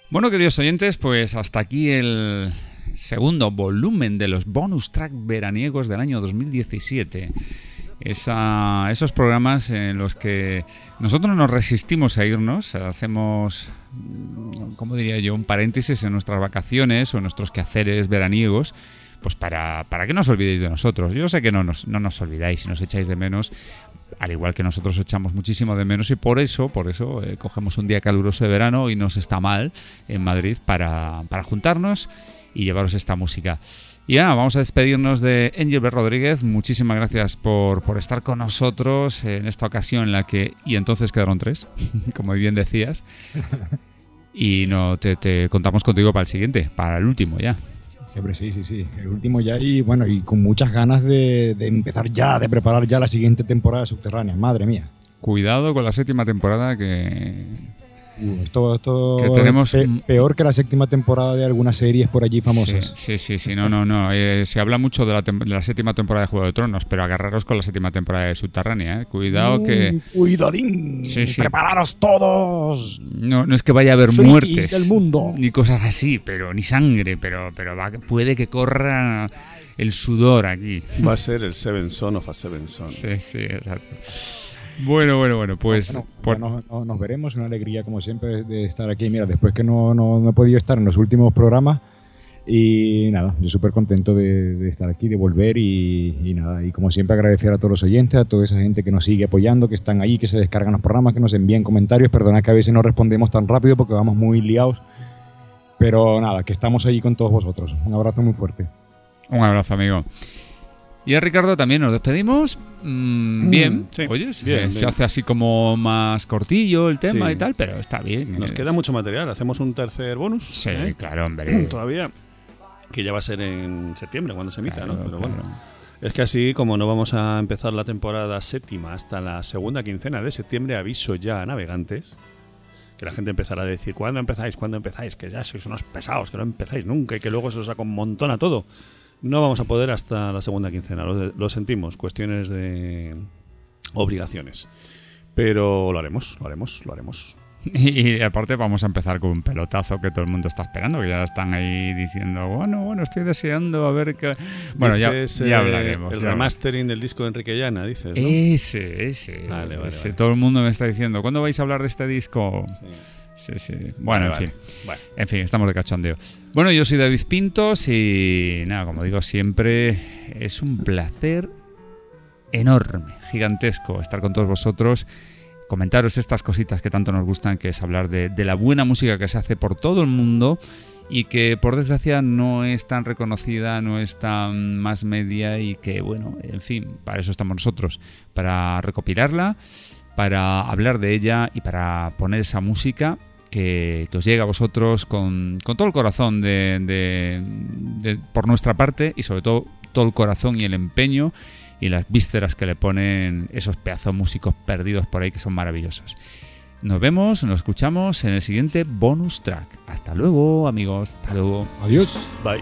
Bueno, queridos oyentes, pues hasta aquí el segundo volumen de los bonus track veraniegos del año dos mil diecisiete. Esa, esos programas en los que nosotros nos resistimos a irnos, hacemos, ¿cómo diría yo?, un paréntesis en nuestras vacaciones o en nuestros quehaceres veraniegos, pues para, para que no os olvidéis de nosotros. Yo sé que no nos, no nos olvidáis y nos echáis de menos, al igual que nosotros echamos muchísimo de menos, y por eso, por eso eh, cogemos un día caluroso de verano y nos está mal en Madrid para, para juntarnos y llevaros esta música. Y ya, vamos a despedirnos de Ángel B. Rodríguez. Muchísimas gracias por, por estar con nosotros en esta ocasión en la que... Y entonces quedaron tres, como bien decías. Y no te, te contamos contigo para el siguiente, para el último ya. Siempre sí, sí, sí. El último ya y bueno, y con muchas ganas de, de empezar ya, de preparar ya la siguiente temporada de Subterránea. Madre mía. Cuidado con la séptima temporada que... Uh, esto esto que tenemos pe peor que la séptima temporada de algunas series por allí famosas. Sí, sí, sí, sí. no, no, no. Eh, se habla mucho de la, de la séptima temporada de Juego de Tronos, pero agarraros con la séptima temporada de Subterránea, ¿eh? Cuidado uh, que... ¡Cuidadín! Sí, sí. ¡Prepararos todos! No, no es que vaya a haber Frikis muertes del mundo, ni cosas así, pero ni sangre, pero, pero va, puede que corra el sudor aquí. Va a ser el Seven Son of a Seven Son. Sí, sí, exacto. Bueno, bueno, bueno, pues... Bueno, por... nos, nos, nos veremos, una alegría como siempre de estar aquí. Mira, después que no, no, no he podido estar en los últimos programas y nada, yo súper contento de, de estar aquí, de volver y, y nada, y como siempre agradecer a todos los oyentes, a toda esa gente que nos sigue apoyando, que están ahí, que se descargan los programas, que nos envían comentarios. Perdona que a veces no respondemos tan rápido porque vamos muy liados, pero nada, que estamos allí con todos vosotros. Un abrazo muy fuerte. Un abrazo, amigo. Y a Ricardo también nos despedimos. Mm, bien, sí, oye, bien, se, bien. se hace así como más cortillo el tema Sí. y tal, pero está bien. Nos es... queda mucho material. Hacemos un tercer bonus. Sí, ¿eh? claro, hombre. Todavía. Que ya va a ser en septiembre cuando se emita, Claro, ¿no? Pero claro. bueno. Es que así, como no vamos a empezar la temporada séptima hasta la segunda quincena de septiembre, aviso ya a navegantes. Que la gente empezará a decir, ¿cuándo empezáis? ¿Cuándo empezáis? Que ya sois unos pesados, que no empezáis nunca y que luego se os amontona todo. No vamos a poder hasta la segunda quincena, lo, lo sentimos, cuestiones de obligaciones. Pero lo haremos, lo haremos, lo haremos. Y aparte vamos a empezar con un pelotazo que todo el mundo está esperando, que ya están ahí diciendo, bueno, bueno, estoy deseando a ver qué... Bueno, Dices, ya, ya eh, hablaremos. El ya remastering del disco de Enrique Llana, dices, ¿no? Ese, ese, Vale, vale, ese. vale. Todo el mundo me está diciendo, ¿cuándo vais a hablar de este disco? Sí. Sí, sí. Bueno, Vale, en vale. fin. Bueno. En fin, estamos de cachondeo. Bueno, yo soy David Pintos y nada, como digo siempre, es un placer enorme, gigantesco estar con todos vosotros, comentaros estas cositas que tanto nos gustan, que es hablar de, de la buena música que se hace por todo el mundo y que por desgracia no es tan reconocida, no es tan más media y que, bueno, en fin, para eso estamos nosotros, para recopilarla, para hablar de ella y para poner esa música que, que os llega a vosotros con, con todo el corazón de, de, de, por nuestra parte y sobre todo todo el corazón y el empeño y las vísceras que le ponen esos pedazos músicos perdidos por ahí que son maravillosos. Nos vemos, nos escuchamos en el siguiente bonus track. Hasta luego, amigos. Hasta luego. Adiós. Bye.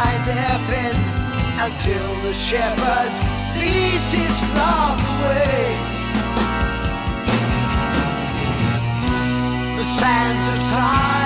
beside their pen until the shepherd leads his flock away. The sands of time